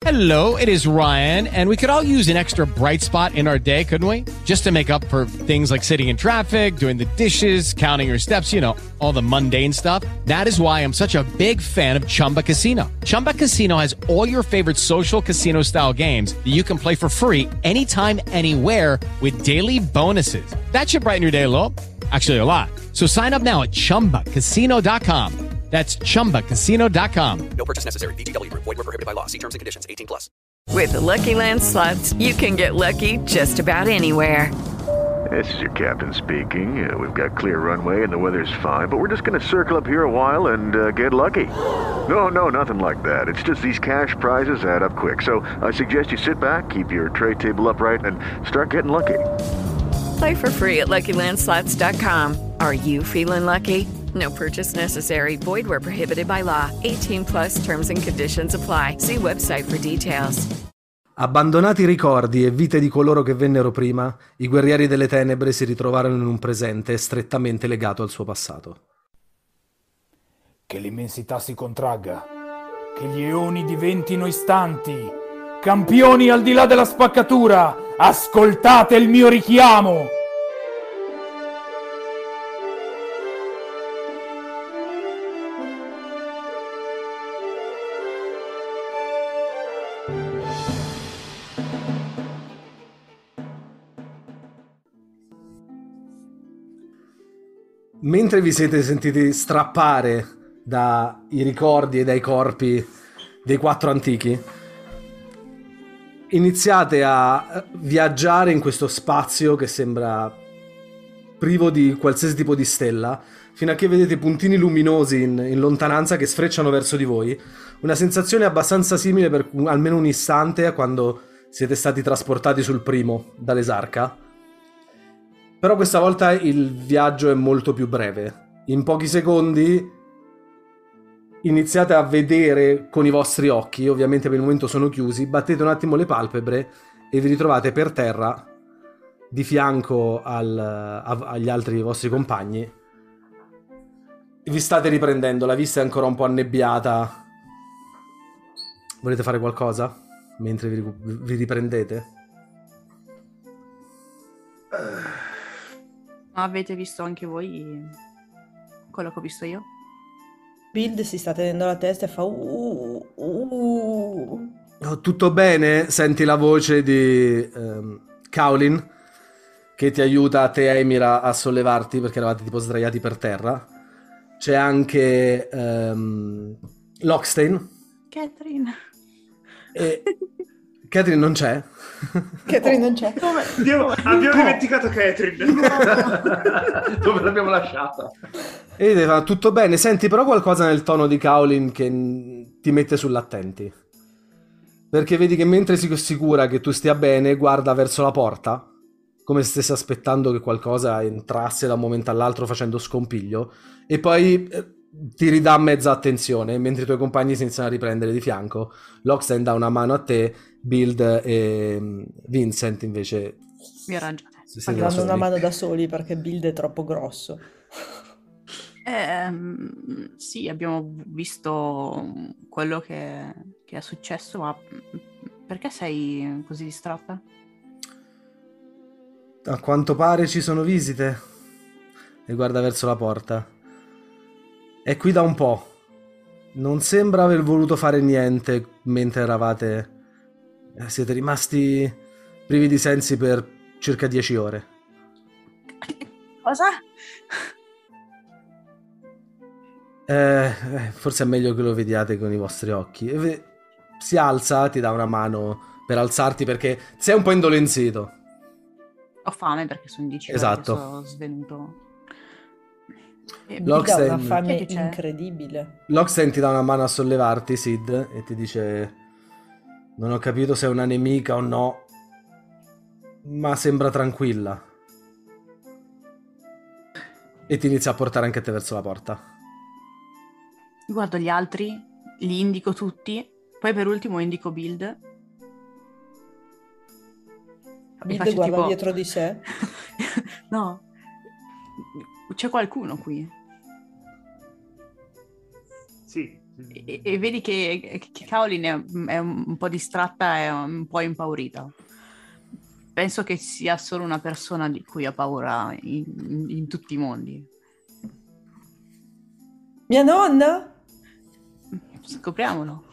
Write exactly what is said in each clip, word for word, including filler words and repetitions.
Hello, it is Ryan, and we could all use an extra bright spot in our day, couldn't we? Just to make up for things like sitting in traffic, doing the dishes, counting your steps, you know, all the mundane stuff. That is why I'm such a big fan of Chumba Casino. Chumba Casino has all your favorite social casino-style games that you can play for free anytime, anywhere with daily bonuses. That should brighten your day a little. Actually, a lot. So sign up now at chumba casino dot com. That's chumba casino dot com. No purchase necessary. V G W Group. Void where prohibited by law. See terms and conditions. eighteen plus. With the Lucky Land Slots, you can get lucky just about anywhere. This is your captain speaking. Uh, we've got clear runway and the weather's fine, but we're just going to circle up here a while and uh, get lucky. No, no, nothing like that. It's just these cash prizes add up quick. So I suggest you sit back, keep your tray table upright, and start getting lucky. Play for free at lucky land slots dot com. Are you feeling lucky? No purchase necessary. Void where prohibited by law. eighteen plus terms and conditions apply. See website for details. Abbandonati i ricordi e vite di coloro che vennero prima, i guerrieri delle tenebre si ritrovarono in un presente strettamente legato al suo passato. Che l'immensità si contragga, che gli eoni diventino istanti. Campioni al di là della spaccatura, ascoltate il mio richiamo! Mentre vi siete sentiti strappare dai ricordi e dai corpi dei quattro antichi, iniziate a viaggiare in questo spazio che sembra privo di qualsiasi tipo di stella, fino a che vedete puntini luminosi in, in lontananza che sfrecciano verso di voi. Una sensazione abbastanza simile per un- almeno un istante a quando siete stati trasportati sul primo dall'esarca. Però questa volta il viaggio è molto più breve. In pochi secondi iniziate a vedere con i vostri occhi, ovviamente per il momento sono chiusi, battete un attimo le palpebre e vi ritrovate per terra di fianco al, a- agli altri vostri compagni. Vi state riprendendo, la vista è ancora un po' annebbiata. Volete fare qualcosa mentre vi, vi riprendete? Avete visto anche voi quello che ho visto io? Build si sta tenendo la testa e fa uh, uh. Oh, tutto bene? Senti la voce di ehm, Kaolin che ti aiuta a te e Emira a sollevarti perché eravate tipo sdraiati per terra. C'è anche ehm, Lockstein. Catherine. E Catherine non c'è. Catherine non c'è. Abbiamo, abbiamo dimenticato Catherine. Dove l'abbiamo lasciata? E ti fa tutto bene. Senti però qualcosa nel tono di Kaolin che n- ti mette sull'attenti. Perché vedi che mentre si assicura che tu stia bene, guarda verso la porta, come se stesse aspettando che qualcosa entrasse da un momento all'altro facendo scompiglio, e poi eh, ti ridà mezza attenzione, mentre i tuoi compagni si iniziano a riprendere di fianco. Loxen dà una mano a te, Build e mm, Vincent invece Mi arrangiate. si siete da Danno una soli. mano da soli perché Build è troppo grosso. Ehm, sì, abbiamo visto quello che, che è successo, ma perché sei così distratta? A quanto pare ci sono visite. E guarda verso la porta. È qui da un po'. Non sembra aver voluto fare niente mentre eravate... eh, Siete rimasti privi di sensi per circa dieci ore. Cosa? Eh, eh, forse è meglio che lo vediate con i vostri occhi. E ve- si alza, ti dà una mano per alzarti perché sei un po' indolenzito. Ho fame perché sono dieci Esatto. ore che sono svenuto. E Build ha una Loxen, fame Chi è che c'è? incredibile. Loxen ti dà una mano a sollevarti, Sid, e ti dice: non ho capito se è una nemica o no, ma sembra tranquilla. E ti inizia a portare anche te verso la porta. guardo gli altri, li indico tutti, poi per ultimo indico Build. E Build faccio guarda tipo- dietro di sé. No, c'è qualcuno qui. Sì, e, e vedi che, che Kaolin è, è un po' distratta e un po' impaurita. Penso che sia solo una persona di cui ha paura in, in, in tutti i mondi. Mia nonna? Scopriamolo.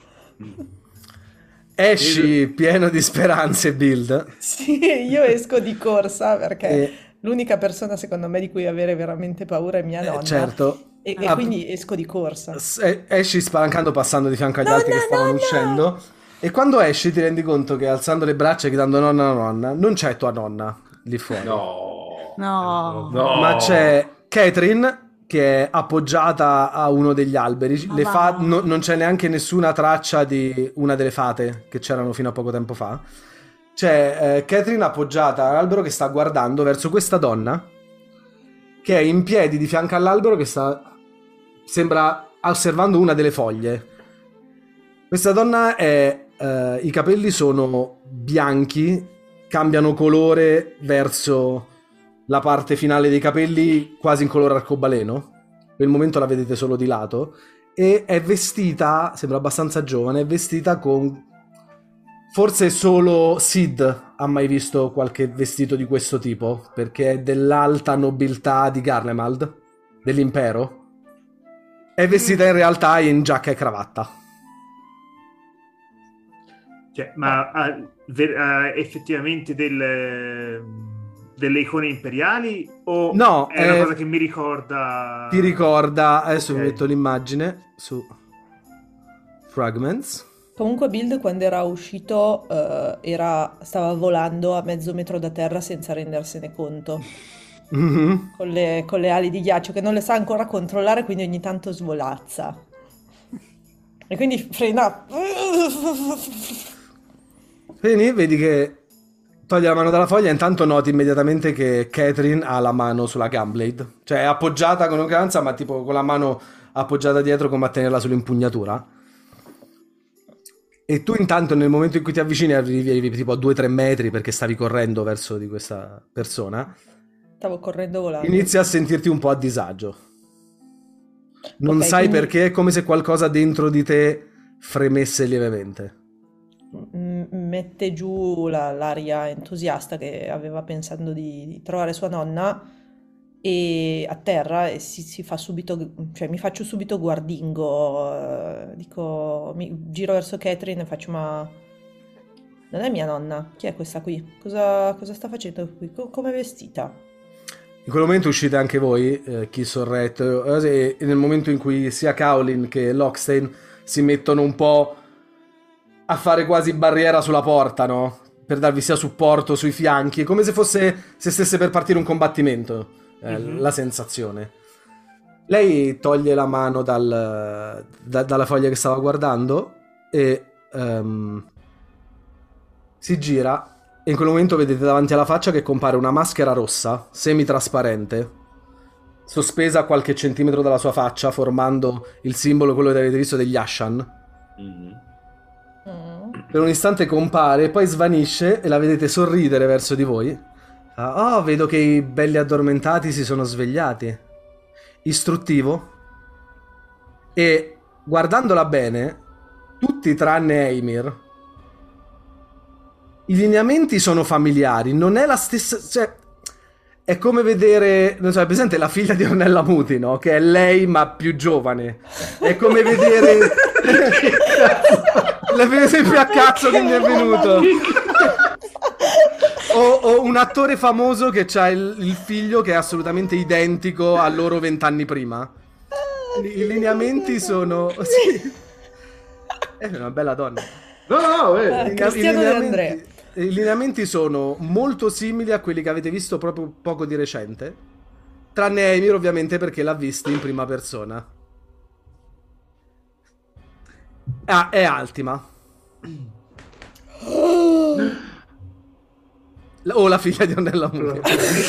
Esci pieno di speranze, Build. Sì, io esco di corsa perché E- l'unica persona secondo me di cui avere veramente paura è mia nonna. certo. E, e Ah, quindi esco di corsa. S- e- esci spalancando, passando di fianco agli altri che stavano uscendo. E quando esci ti rendi conto che alzando le braccia e gridando nonna nonna, non c'è tua nonna lì fuori. No. No. No. Ma c'è Catherine che è appoggiata a uno degli alberi. Ma Le va. fa- no- non c'è neanche nessuna traccia di una delle fate che c'erano fino a poco tempo fa. C'è eh, Catherine appoggiata all'albero che sta guardando verso questa donna che è in piedi di fianco all'albero che sta sembra osservando una delle foglie. Questa donna è eh, i capelli sono bianchi, cambiano colore verso la parte finale dei capelli quasi in colore arcobaleno. Per il momento la vedete solo di lato e è vestita, sembra abbastanza giovane, è vestita con forse solo Sid ha mai visto qualche vestito di questo tipo, perché è dell'alta nobiltà di Garlemald, dell'impero. È vestita in realtà in giacca e cravatta. Cioè, ma ha, ver- ha effettivamente del, delle icone imperiali o No, è una eh, cosa che mi ricorda... Ti ricorda, adesso Ok. vi metto l'immagine su Fragments. Comunque Build quando era uscito eh, era, stava volando a mezzo metro da terra senza rendersene conto, Mhm. con le, con le ali di ghiaccio che non le sa ancora controllare, quindi ogni tanto svolazza. E quindi frena. Quindi vedi che toglie la mano dalla foglia e intanto noti immediatamente che Catherine ha la mano sulla gunblade. Cioè è appoggiata con un'arcanza ma tipo con la mano appoggiata dietro come a tenerla sull'impugnatura. E tu intanto nel momento in cui ti avvicini arrivi, arrivi tipo a due tre metri perché stavi correndo verso di questa persona. Stavo correndo volando. Inizi a sentirti un po' a disagio. Non Ok, sai quindi- perché, è come se qualcosa dentro di te fremesse lievemente. M- mette giù la- l'aria entusiasta che aveva pensando di, di trovare sua nonna e a terra e si, si fa subito, cioè mi faccio subito guardingo, eh, dico, mi giro verso Catherine e faccio ma non è mia nonna, chi è questa qui? Cosa, cosa sta facendo qui? Co- come è vestita? In quel momento uscite anche voi, eh, chi sorretto, e nel momento in cui sia Kaolin che Lockstein si mettono un po' a fare quasi barriera sulla porta, no? Per darvi sia supporto sui fianchi, come se fosse se stesse per partire un combattimento, eh, Mhm. la sensazione. Lei toglie la mano dal- da- dalla foglia che stava guardando e ehm, si gira. E in quel momento vedete davanti alla faccia che compare una maschera rossa, semitrasparente, sospesa a qualche centimetro dalla sua faccia, formando il simbolo, quello che avete visto, degli Ashan. Mhm. Mm. Per un istante compare, poi svanisce e la vedete sorridere verso di voi. Ah, oh, vedo che i belli addormentati si sono svegliati. Istruttivo. E guardandola bene, tutti tranne Eimir, i lineamenti sono familiari, non è la stessa, cioè è come vedere, non so, è presente la figlia di Ornella Muti, no? Che è lei ma più giovane. È come vedere l'esempio a cazzo che mi è venuto. O, o un attore famoso che ha il, il figlio che è assolutamente identico a loro vent'anni prima. I lineamenti sono sì. È una bella donna. No, no, eh. Eh, Cristiano De Andrea. I lineamenti sono molto simili a quelli che avete visto proprio poco di recente, tranne Emir ovviamente perché l'ha visto in prima persona. Ah, è Altima. O la figlia di Ornella Muti.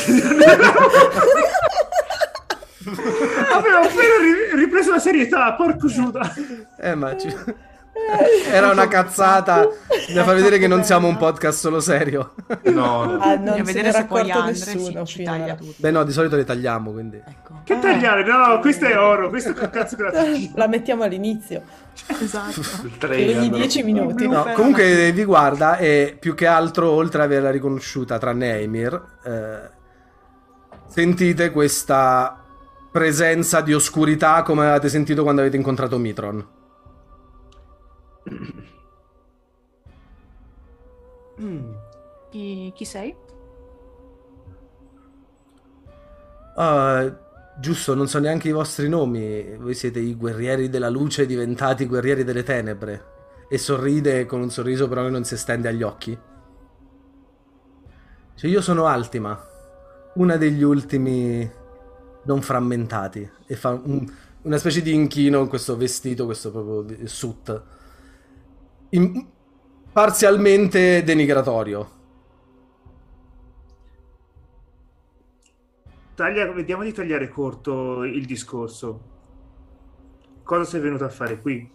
Avevo appena ri- ripreso la serietà, porco Giuda. Eh, ma ci... Era una cazzata da far vedere che non siamo un podcast solo serio. No, no. Ah, non Bisogna se vedere n'era se poi accorto Andre nessuno ci, ci finora. taglia tutto. Beh no, di solito le tagliamo, quindi. Ecco. Che tagliare? No, questo è oro, questo che cazzo grazie. La mettiamo all'inizio. Esatto. Il E trailer, ogni no? dieci minuti. No, Blooper. comunque vi guarda e più che altro, oltre ad averla riconosciuta tranne Eimir, eh, sentite questa presenza di oscurità come avete sentito quando avete incontrato Mitron. Chi, chi sei? Uh, giusto, non so neanche i vostri nomi. Voi siete i guerrieri della luce diventati guerrieri delle tenebre. E sorride con un sorriso però che non si estende agli occhi. Cioè, io sono Altima, una degli ultimi non frammentati. E fa un- una specie di inchino in questo vestito, questo proprio suit. In- parzialmente denigratorio. Taglia- vediamo di tagliare corto il discorso. Cosa sei venuto a fare qui?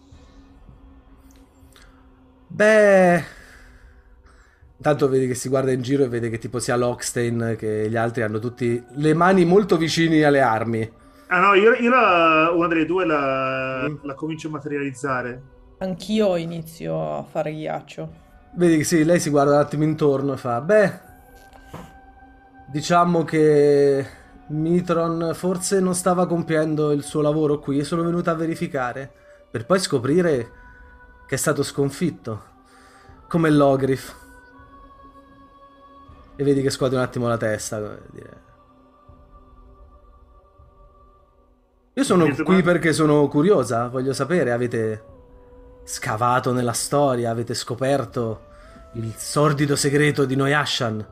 Beh, intanto vedi che si guarda in giro e vede che tipo sia Lockstein che gli altri hanno tutti le mani molto vicini alle armi. Ah no, io, io la, una delle due la, Mm. la comincio a materializzare. Anch'io inizio a fare ghiaccio. Vedi che sì, lei si guarda un attimo intorno e fa: beh, diciamo che Mitron forse non stava compiendo il suo lavoro qui e sono venuta a verificare, per poi scoprire che è stato sconfitto, come l'Ogrif. E vedi che scuote un attimo la testa, come dire. Io sono Niente, qui ma- perché sono curiosa, voglio sapere, avete scavato nella storia, avete scoperto il sordido segreto di Noyashan?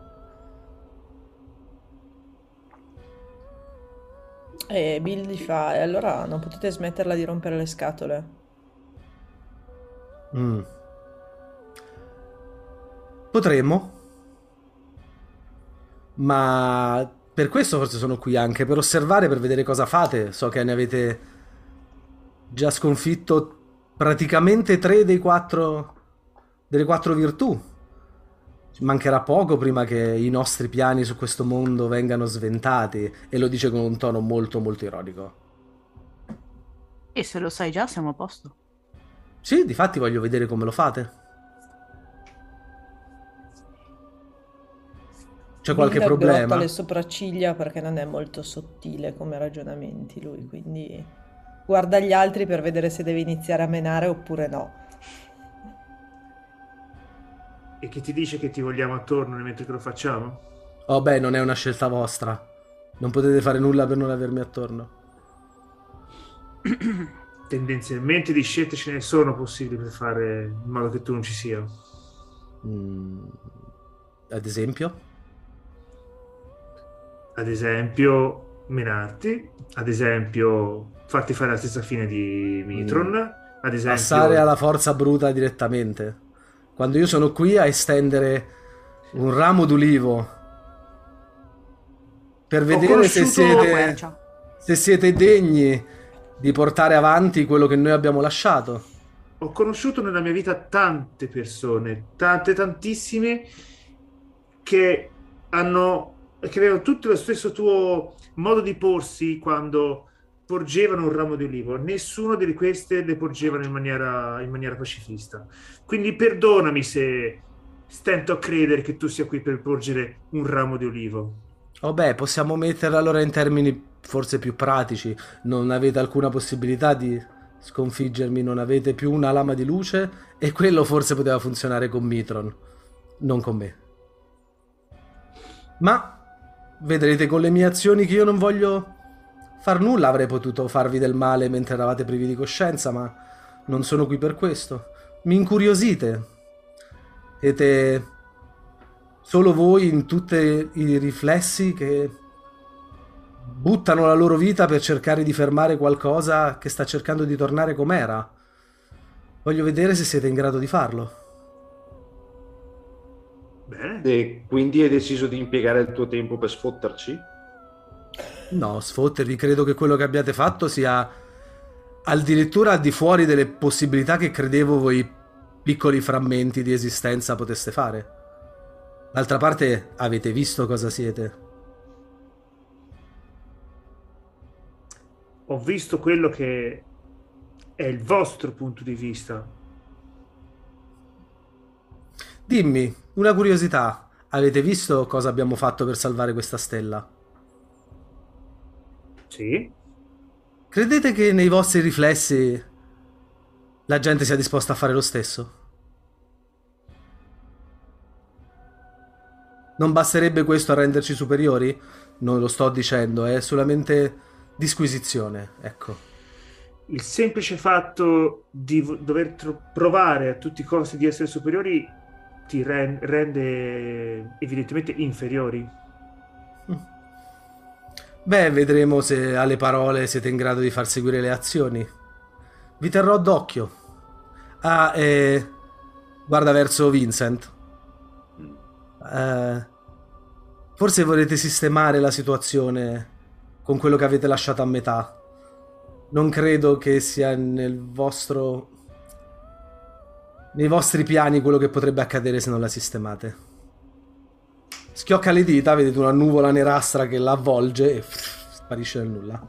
E Bill gli fa: e allora non potete smetterla di rompere le scatole? Mm. Potremmo, ma per questo forse sono qui anche, per osservare, per vedere cosa fate. So che ne avete già sconfitto praticamente tre dei quattro delle quattro virtù. Mancherà poco prima che i nostri piani su questo mondo vengano sventati, e lo dice con un tono molto molto ironico. E se lo sai già, siamo a posto. Sì, difatti voglio vedere come lo fate. C'è qualche Bill aggrotta problema? le sopracciglia perché non è molto sottile come ragionamenti lui, quindi guarda gli altri per vedere se deve iniziare a menare oppure no. E che ti dice che ti vogliamo attorno mentre che lo facciamo? Oh beh, non è una scelta vostra. Non potete fare nulla per non avermi attorno. Tendenzialmente di scelte ce ne sono possibili per fare in modo che tu non ci sia. Mm, ad esempio? Ad esempio, menarti. Ad esempio, farti fare la stessa fine di Mitron. Ad esempio, Passare alla forza bruta direttamente. Quando io sono qui a estendere un ramo d'ulivo per vedere se conosciuto la siete, quercia. se siete degni di portare avanti quello che noi abbiamo lasciato. ho conosciuto nella mia vita tante persone, tante, tantissime, che hanno, che avevano tutto lo stesso tuo modo di porsi quando porgevano un ramo di ulivo. Nessuno di queste le porgevano in maniera, in maniera pacifista. Quindi perdonami se stento a credere che tu sia qui per porgere un ramo di ulivo. Oh beh, possiamo metterla allora in termini forse più pratici. Non avete alcuna possibilità di sconfiggermi, non avete più una lama di luce, e quello forse poteva funzionare con Mitron, non con me. Ma vedrete con le mie azioni che io non voglio far nulla. Avrei potuto farvi del male mentre eravate privi di coscienza, ma non sono qui per questo. Mi incuriosite. Siete solo voi in tutti i riflessi che buttano la loro vita per cercare di fermare qualcosa che sta cercando di tornare com'era. Voglio vedere se siete in grado di farlo. Bene. E quindi hai deciso di impiegare il tuo tempo per sfotterci? No, sfottervi, credo che quello che abbiate fatto sia addirittura al di fuori delle possibilità che credevo voi piccoli frammenti di esistenza poteste fare. D'altra parte, avete visto cosa siete. Ho visto quello che è il vostro punto di vista. Dimmi, una curiosità. Avete visto cosa abbiamo fatto per salvare questa stella? Sì. Credete che nei vostri riflessi la gente sia disposta a fare lo stesso? Non basterebbe questo a renderci superiori? Non lo sto dicendo, è solamente disquisizione, ecco. Il semplice fatto di vo- dover tro- provare a tutti i costi di essere superiori ti ren- rende evidentemente inferiori. Beh, vedremo se alle parole siete in grado di far seguire le azioni. Vi terrò d'occhio. Ah, e... guarda verso Vincent. Eh, forse vorrete sistemare la situazione con quello che avete lasciato a metà. Non credo che sia nel vostro... nei vostri piani quello che potrebbe accadere se non la sistemate. Schiocca le dita, vedete una nuvola nerastra che la avvolge e sparisce nel nulla.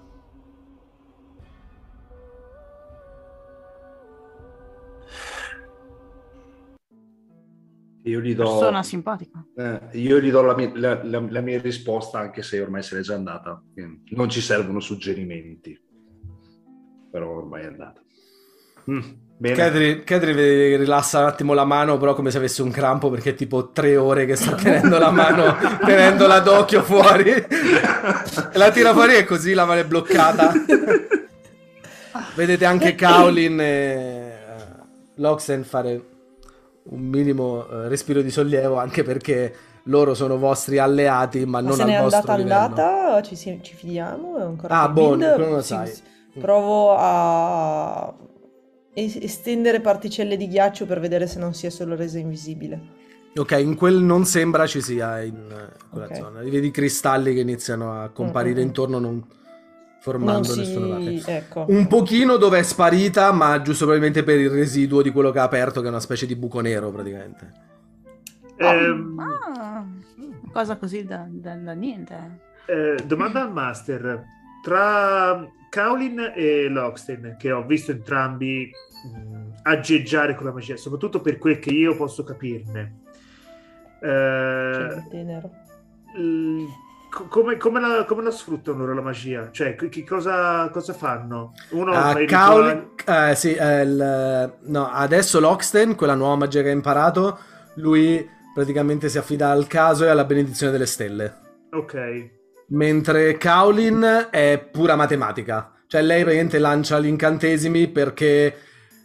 Io gli do, Persona simpatica. eh, io gli do la mia, la- la- la mia risposta, anche se ormai se n'è già andata. Non ci servono suggerimenti, però ormai è andata. Mm, bene. Kadri, Kadri vede- rilassa un attimo la mano, però come se avesse un crampo, perché è tipo tre ore che sta tenendo la mano, tenendola d'occhio fuori. E la tira fuori e così la mano è bloccata. Vedete anche Kaolin e uh, Loxen fare un minimo uh, respiro di sollievo, anche perché loro sono vostri alleati, ma, Ma non se al n'è vostro andata livello. andata, ci, si- ci fidiamo? È ancora Ah, che boh, build? quello lo Sì, sai. sì. Provo a es- estendere particelle di ghiaccio per vedere se non si è solo resa invisibile. Ok, in quel non sembra ci sia in, in quella Ok. zona. Vedi cristalli che iniziano a comparire Mm, mm, mm. intorno, non formando Non nessuna si... parte. Ecco. Un pochino dove è sparita, ma giusto probabilmente per il residuo di quello che ha aperto, che è una specie di buco nero praticamente. Ehm, Ah, cosa così da, da- da niente. eh, domanda al master. Tra Kaolin e Loxten, che ho visto entrambi mh, aggeggiare con la magia, soprattutto per quel che io posso capirne, eh, C'è il tenero. l- co- come, come la, come la sfruttano loro la magia? Cioè, che, che cosa, cosa fanno? Uno Ah, fa i Kaolin- rituali- eh, sì, eh, il- no, adesso Loxten, quella nuova magia che ha imparato, lui praticamente si affida al caso e alla benedizione delle stelle. Ok. Mentre Kaolin è pura matematica. Cioè lei praticamente lancia gli incantesimi perché...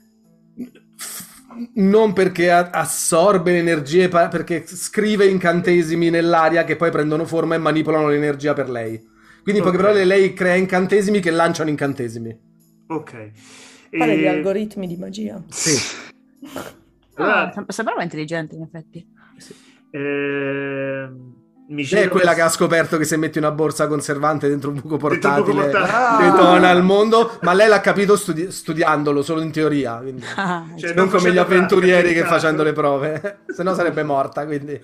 non perché a- assorbe le energie, pa- perché scrive incantesimi nell'aria che poi prendono forma e manipolano l'energia per lei. Quindi in poche Ok. parole lei crea incantesimi che lanciano incantesimi. Ok. Fare gli E- algoritmi di magia. Sì. Allora, Ah, sem- sembrava intelligente, in effetti. ehm, mi Lei è giro quella che ha verso- scoperto che se metti una borsa conservante dentro un buco Dentro un buco portatile portatile. ritorna al mondo, ma lei l'ha capito studi- studiandolo, solo in teoria. Quindi... Ah, Cioè, non come gli facendo avventurieri pratica, che facendo le esatto. prove, se no sarebbe morta, quindi...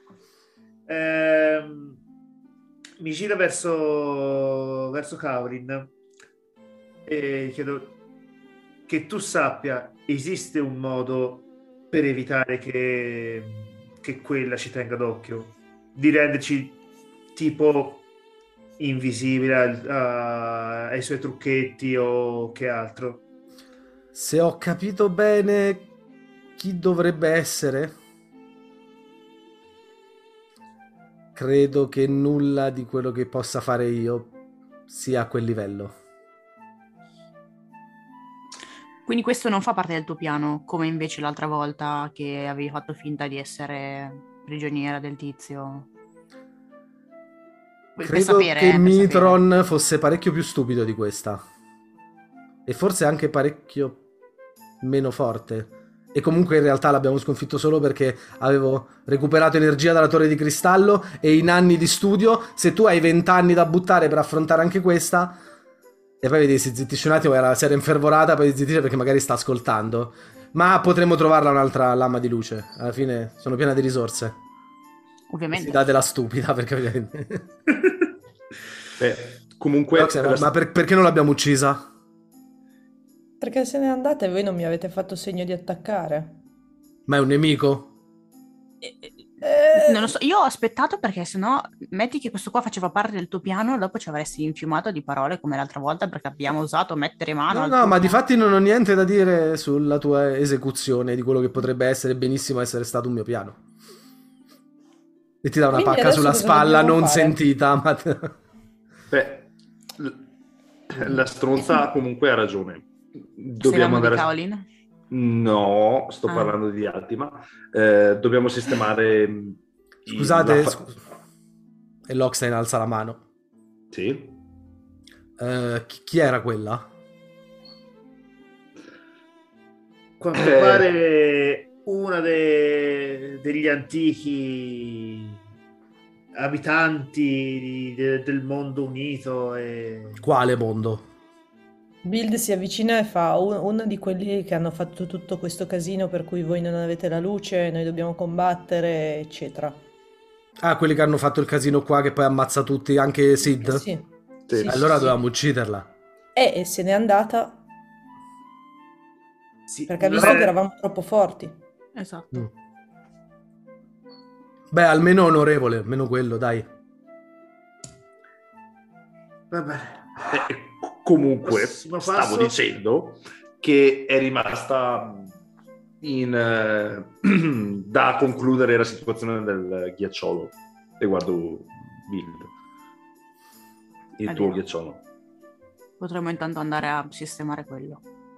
Ehm, mi gira verso verso Kaolin e chiedo che tu sappia, esiste un modo per evitare che, che quella ci tenga d'occhio, di renderci tipo invisibile al- a- ai suoi trucchetti o che altro? Se ho capito bene chi dovrebbe essere, credo che nulla di quello che possa fare io sia a quel livello. Quindi questo non fa parte del tuo piano, come invece l'altra volta che avevi fatto finta di essere prigioniera del tizio. Per Credo sapere, che eh, per Mitron fosse parecchio più stupido di questa. E forse anche parecchio meno forte. E comunque in realtà l'abbiamo sconfitto solo perché avevo recuperato energia dalla torre di cristallo e in anni di studio, se tu hai vent'anni da buttare per affrontare anche questa... E poi vedi, si zittisce un attimo, era, si era infervorata, poi si zittisce perché magari sta ascoltando. Ma potremmo trovarla un'altra lama di luce. Alla fine sono piena di risorse. Ovviamente. Si dà della stupida, perché ovviamente... Beh, comunque... Roxanne, ma per- perché non l'abbiamo uccisa? Perché se ne andate e voi non mi avete fatto segno di attaccare. Ma è un nemico? Eh, Non lo so, io ho aspettato perché sennò metti che questo qua faceva parte del tuo piano e dopo ci avresti infiumato di parole come l'altra volta perché abbiamo usato mettere mano No, al no, tuo ma piano. difatti non ho niente da dire sulla tua esecuzione di quello che potrebbe essere benissimo essere stato un mio piano. E ti dà una Quindi pacca adesso sulla cosa spalla dobbiamo non fare? sentita, ma... Beh, l- la stronza comunque ha ragione. Stai Dobbiamo parlando di andare... Kaolin? No, sto Ah. parlando di Altima. Eh, dobbiamo sistemare... mh, i- Scusate, la fa- scu- e Lockstein alza la mano. Sì? Eh, chi, chi era quella? Quanto Eh. pare una de- degli antichi abitanti de- del mondo unito e... Quale mondo? Build si avvicina e fa "Un- uno di quelli che hanno fatto tutto questo casino per cui voi non avete la luce, noi dobbiamo combattere, eccetera. Ah, quelli che hanno fatto il casino qua che poi ammazza tutti, anche Sid? Eh sì. Sì. Sì, Allora sì, sì. dovevamo ucciderla. E, e se n'è andata Sì, perché ha non visto è- che eravamo troppo forti. Esatto. Mm. Beh, almeno onorevole, almeno quello, dai. Vabbè. Eh, comunque, Prossimo stavo passo. dicendo che è rimasta in, eh, da concludere la situazione del ghiacciolo riguardo Build, il È tuo vero. ghiacciolo. Potremmo intanto andare a sistemare quello.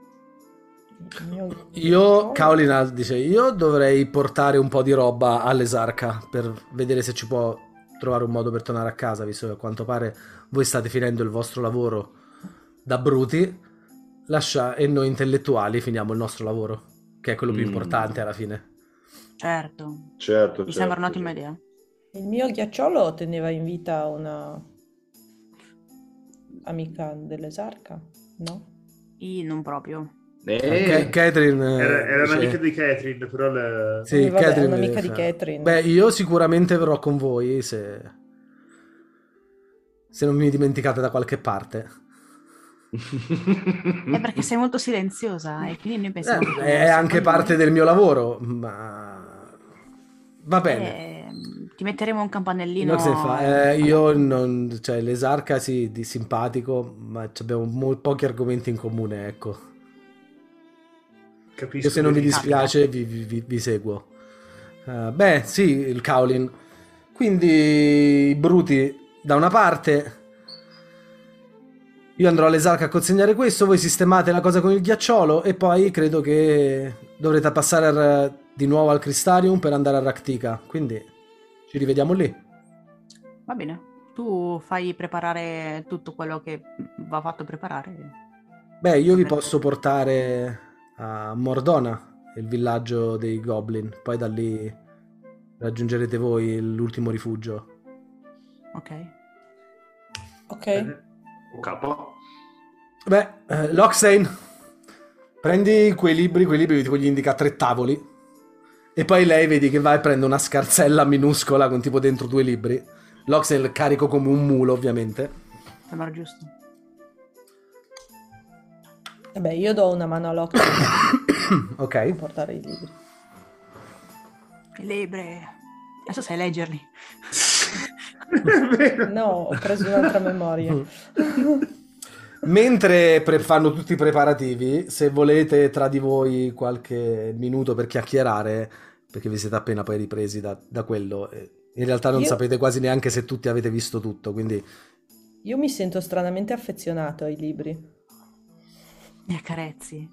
Io, Kaolina dice, io dovrei portare un po' di roba all'esarca per vedere se ci può trovare un modo per tornare a casa, visto che a quanto pare voi state finendo il vostro lavoro da bruti, lascia e noi intellettuali finiamo il nostro lavoro, che è quello più Mm. importante alla fine. Certo. Certo, Mi certo, sembra un'ottima certo. idea. Il mio ghiacciolo teneva in vita una amica dell'esarca, no? I non proprio. Eh, Ca- Catherine eh, Era, era dice- un'amica di Catherine, però la... Sì, Eh, vabbè, è Catherine un'amica deve di fare. Catherine. Beh, io sicuramente verrò con voi se se non mi dimenticate da qualche parte. È perché sei molto silenziosa e quindi noi pensiamo che tu Eh, è sia anche con noi. parte del mio lavoro, ma va bene. Eh, ti metteremo un campanellino. Inox ne fa, eh, io non, cioè l'esarca sì, di simpatico, ma abbiamo mo- pochi argomenti in comune, ecco. Capisco Io se non vi che- dispiace vi, vi- vi- vi seguo. Eh, beh, sì, il Kaolin. Quindi i bruti da una parte. Io andrò all'esarca a consegnare questo, voi sistemate la cosa con il ghiacciolo e poi credo che dovrete passare al- di nuovo al Crystarium per andare a Raktika. Quindi ci rivediamo lì. Va bene. Tu fai preparare tutto quello che va fatto preparare. Beh, io vi posso portare a Mordona, il villaggio dei Goblin. Poi da lì raggiungerete voi l'ultimo rifugio. Ok. Ok. O capo. Beh, eh, Lockstein, prendi quei libri, quei libri tipo gli indica tre tavoli. E poi lei vedi che va e prende una scarsella minuscola con tipo dentro due libri. Lockstein è carico come un mulo, ovviamente. Sembra giusto. Vabbè, io do una mano a Locke a Ok. portare i libri. I libri. Adesso sai leggerli. No, ho preso un'altra memoria. Mentre pre- fanno tutti i preparativi, se volete tra di voi qualche minuto per chiacchierare, perché vi siete appena poi ripresi da, da quello, eh, in realtà non Io- sapete quasi neanche se tutti avete visto tutto, quindi Io mi sento stranamente affezionato ai libri. Mi accarezzi.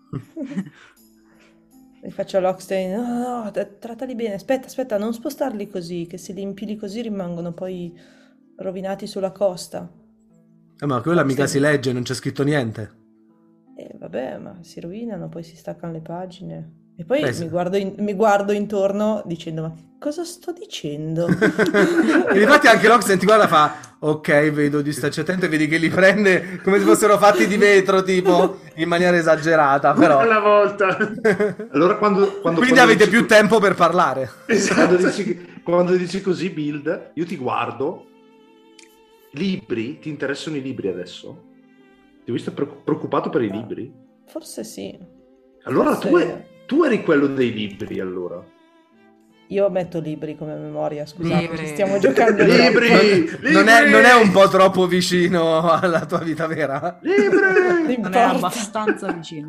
E faccio a Lockstein, no, no, no, t- trattali bene, aspetta, aspetta, non spostarli così, che se li impili così rimangono poi rovinati sulla costa. eh, ma quella mica Sì. si legge, non c'è scritto niente. E vabbè, ma si rovinano, poi si staccano le pagine. E poi Beh, sì. mi guardo, in- mi guardo intorno dicendo, ma che cosa sto dicendo? E infatti anche Lockstein ti guarda e fa ok, vedo di starci attento e vedi che li prende come se fossero fatti di vetro, tipo in maniera esagerata, però alla volta. Allora quando, quando quindi quando avete dici- più tempo per parlare. Quando dici, quando dici così, Build, io ti guardo. Libri? Ti interessano i libri adesso? Ti ho visto preoccupato per i libri? Forse sì. Allora Forse... tu, è, tu eri quello dei libri, allora. Io metto libri come memoria, scusate, Libri. stiamo giocando. Libri! Non, libri! non è, non è un po' troppo vicino alla tua vita vera? Libri! Non è abbastanza vicino.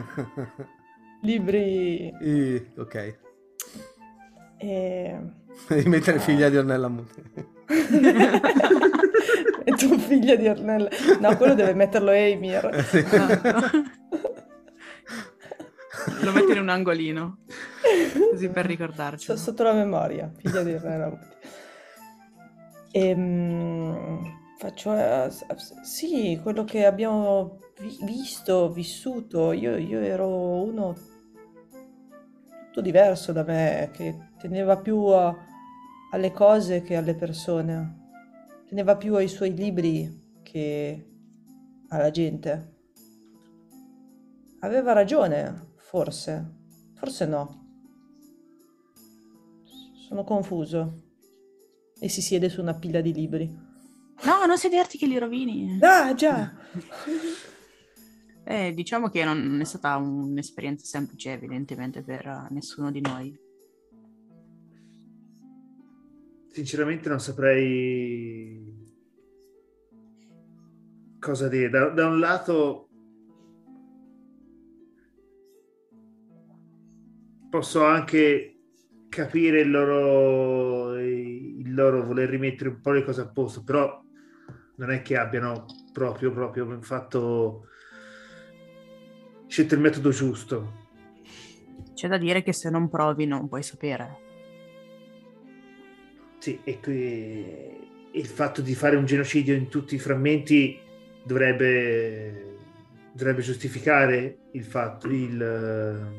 Libri... I- ok. E... Devi mettere figlia di Ornella Muti. e tu figlia di Ornella. No, quello deve metterlo Eimir. Lo metto in un angolino, così per ricordarci. Sotto la memoria, figlia di Ornella Muti. Ehm, faccio... eh, sì, quello che abbiamo vi- visto, vissuto. Io, io ero uno tutto diverso da me, che teneva più a- alle cose che alle persone. Teneva più ai suoi libri che alla gente. Aveva ragione, forse. Forse no. Sono confuso. E si siede su una pila di libri. No, non sederti che li rovini. Ah, già! Eh, diciamo che non non è stata un'esperienza semplice, evidentemente, per eh, nessuno di noi. Sinceramente non saprei cosa dire. Da, da un lato posso anche capire il loro, il loro voler rimettere un po' le cose a posto, però non è che abbiano proprio, proprio fatto scelto il metodo giusto. C'è da dire che se non provi non puoi sapere. Sì, e qui il fatto di fare un genocidio in tutti i frammenti dovrebbe, dovrebbe giustificare il fatto, il,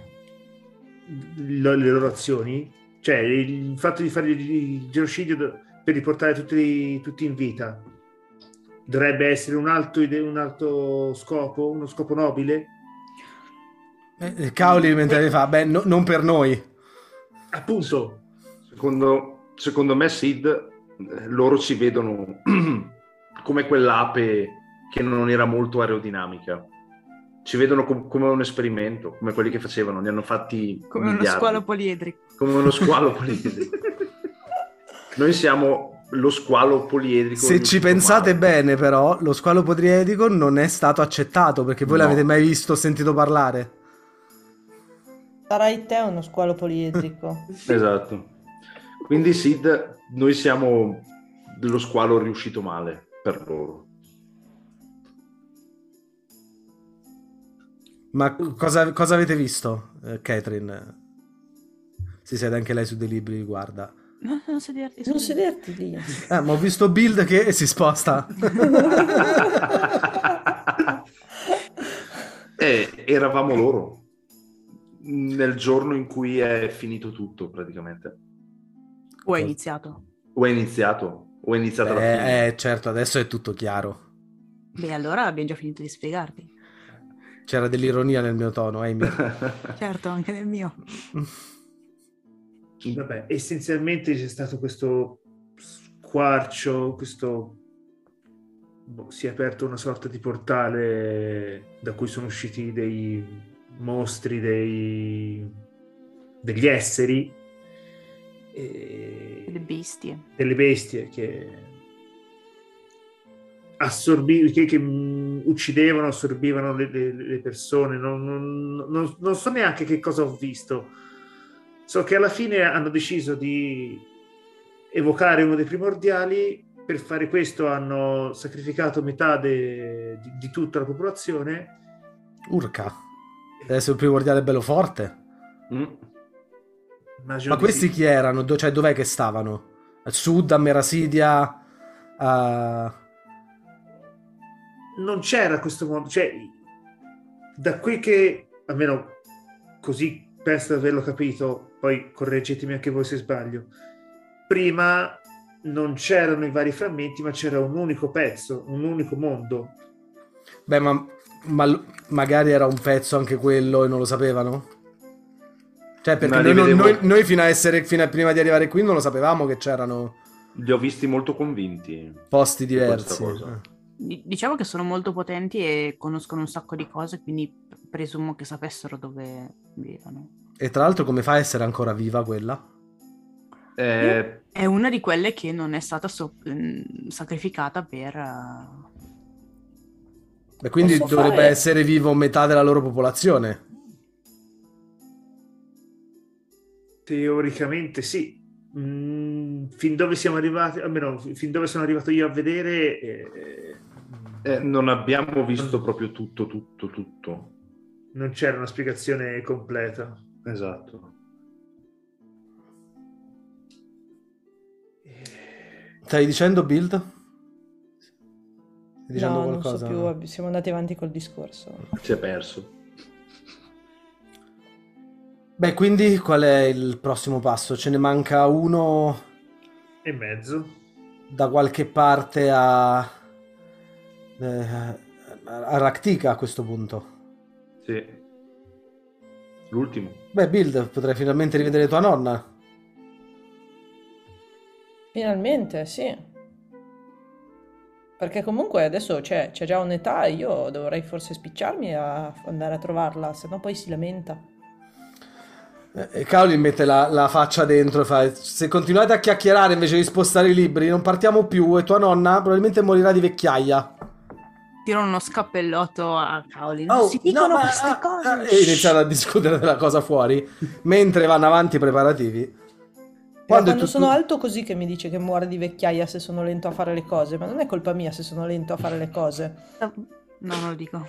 il- le loro azioni. Cioè, il fatto di fare il genocidio per riportare tutti, tutti in vita dovrebbe essere un alto, ide- un alto scopo, uno scopo nobile. Eh, Cavoli mentre fa, beh, no- non per noi. Appunto. Secondo, secondo me, Sid, eh, loro ci vedono come quell'ape che non era molto aerodinamica. Ci vedono com- come un esperimento, come quelli che facevano, ne hanno fatti Come uno miliardi. squalo poliedrico. Come uno squalo poliedrico. Noi siamo lo squalo poliedrico. Se ci pensate bene, però, lo squalo poliedrico non è stato accettato, perché voi No. l'avete mai visto o sentito parlare? Sarai te uno squalo poliedrico. Esatto. Quindi Sid, noi siamo lo squalo riuscito male per loro. Ma cosa, cosa avete visto, eh, Catherine? Si siede anche lei su dei libri, guarda. No, non sederti. Non scusa. sederti lì. Eh, ma ho visto Build che si sposta. E eravamo loro nel giorno in cui è finito tutto, praticamente. O è iniziato. O è iniziato, o è iniziata la fine. Eh, eh, certo, adesso è tutto chiaro. Beh, allora abbiamo già finito di spiegarti. C'era dell'ironia nel mio tono, Amy. Certo, anche nel mio. Vabbè, essenzialmente c'è stato questo squarcio, questo boh, si è aperto una sorta di portale da cui sono usciti dei mostri, dei degli esseri, e Le bestie. delle bestie che assorbi che, che mh, uccidevano, assorbivano le, le- le persone. Non, non- non- non so neanche che cosa ho visto. So che alla fine hanno deciso di evocare uno dei primordiali. Per fare questo hanno sacrificato metà de- di, di tutta la popolazione. Urca. Deve essere il primordiale bello forte. Mm. Immagino Ma di questi sì. chi erano? Do- cioè, dov'è che stavano? Al sud, a Merasidia? A... Non c'era questo modo, cioè da qui che, almeno così penso di averlo capito, poi correggetemi anche voi se sbaglio, prima non c'erano i vari frammenti, ma c'era un unico pezzo, un unico mondo. Beh, ma, ma l- magari era un pezzo anche quello e non lo sapevano? Cioè, perché Ma noi, li non- vedevo- noi- noi fino a essere fino a prima di arrivare qui non lo sapevamo che c'erano Li ho visti molto convinti. posti di questa diversi. cosa. Eh. Di- Diciamo che sono molto potenti e conoscono un sacco di cose, quindi presumo che sapessero dove vivano. E tra l'altro come fa a essere ancora viva quella? Eh, È una di quelle che non è stata so- mh, sacrificata per... uh, Beh, quindi Posso dovrebbe fare- essere vivo metà della loro popolazione. Teoricamente sì. Mm, fin dove siamo arrivati, almeno fin dove sono arrivato io a vedere, eh, eh, non abbiamo visto proprio tutto, tutto, tutto. non c'era una spiegazione completa. Esatto. Stai dicendo, Build? Stai dicendo No, non qualcosa? so più, siamo andati avanti col discorso. Si è perso. Beh, quindi qual è il prossimo passo? Ce ne manca uno E mezzo. da qualche parte a... eh, a Raktika a questo punto. Sì. L'ultimo. Beh, Build, potrei finalmente rivedere tua nonna. Finalmente, sì. Perché comunque adesso c'è, c'è già un'età e io dovrei forse spicciarmi a andare a trovarla, sennò poi si lamenta. E Kaolin mette la, la faccia dentro e fa: se continuate a chiacchierare invece di spostare i libri, non partiamo più e tua nonna probabilmente morirà di vecchiaia. Tiro uno scappellotto a Kaolin. Oh, si dicono no, ma- queste ah, cose. ah, e iniziate a discutere della cosa fuori mentre vanno avanti i preparativi. Ma Quando, quando tu- sono tu- alto così che mi dice che muore di vecchiaia se sono lento a fare le cose, ma non è colpa mia se sono lento a fare le cose. No, non lo dico.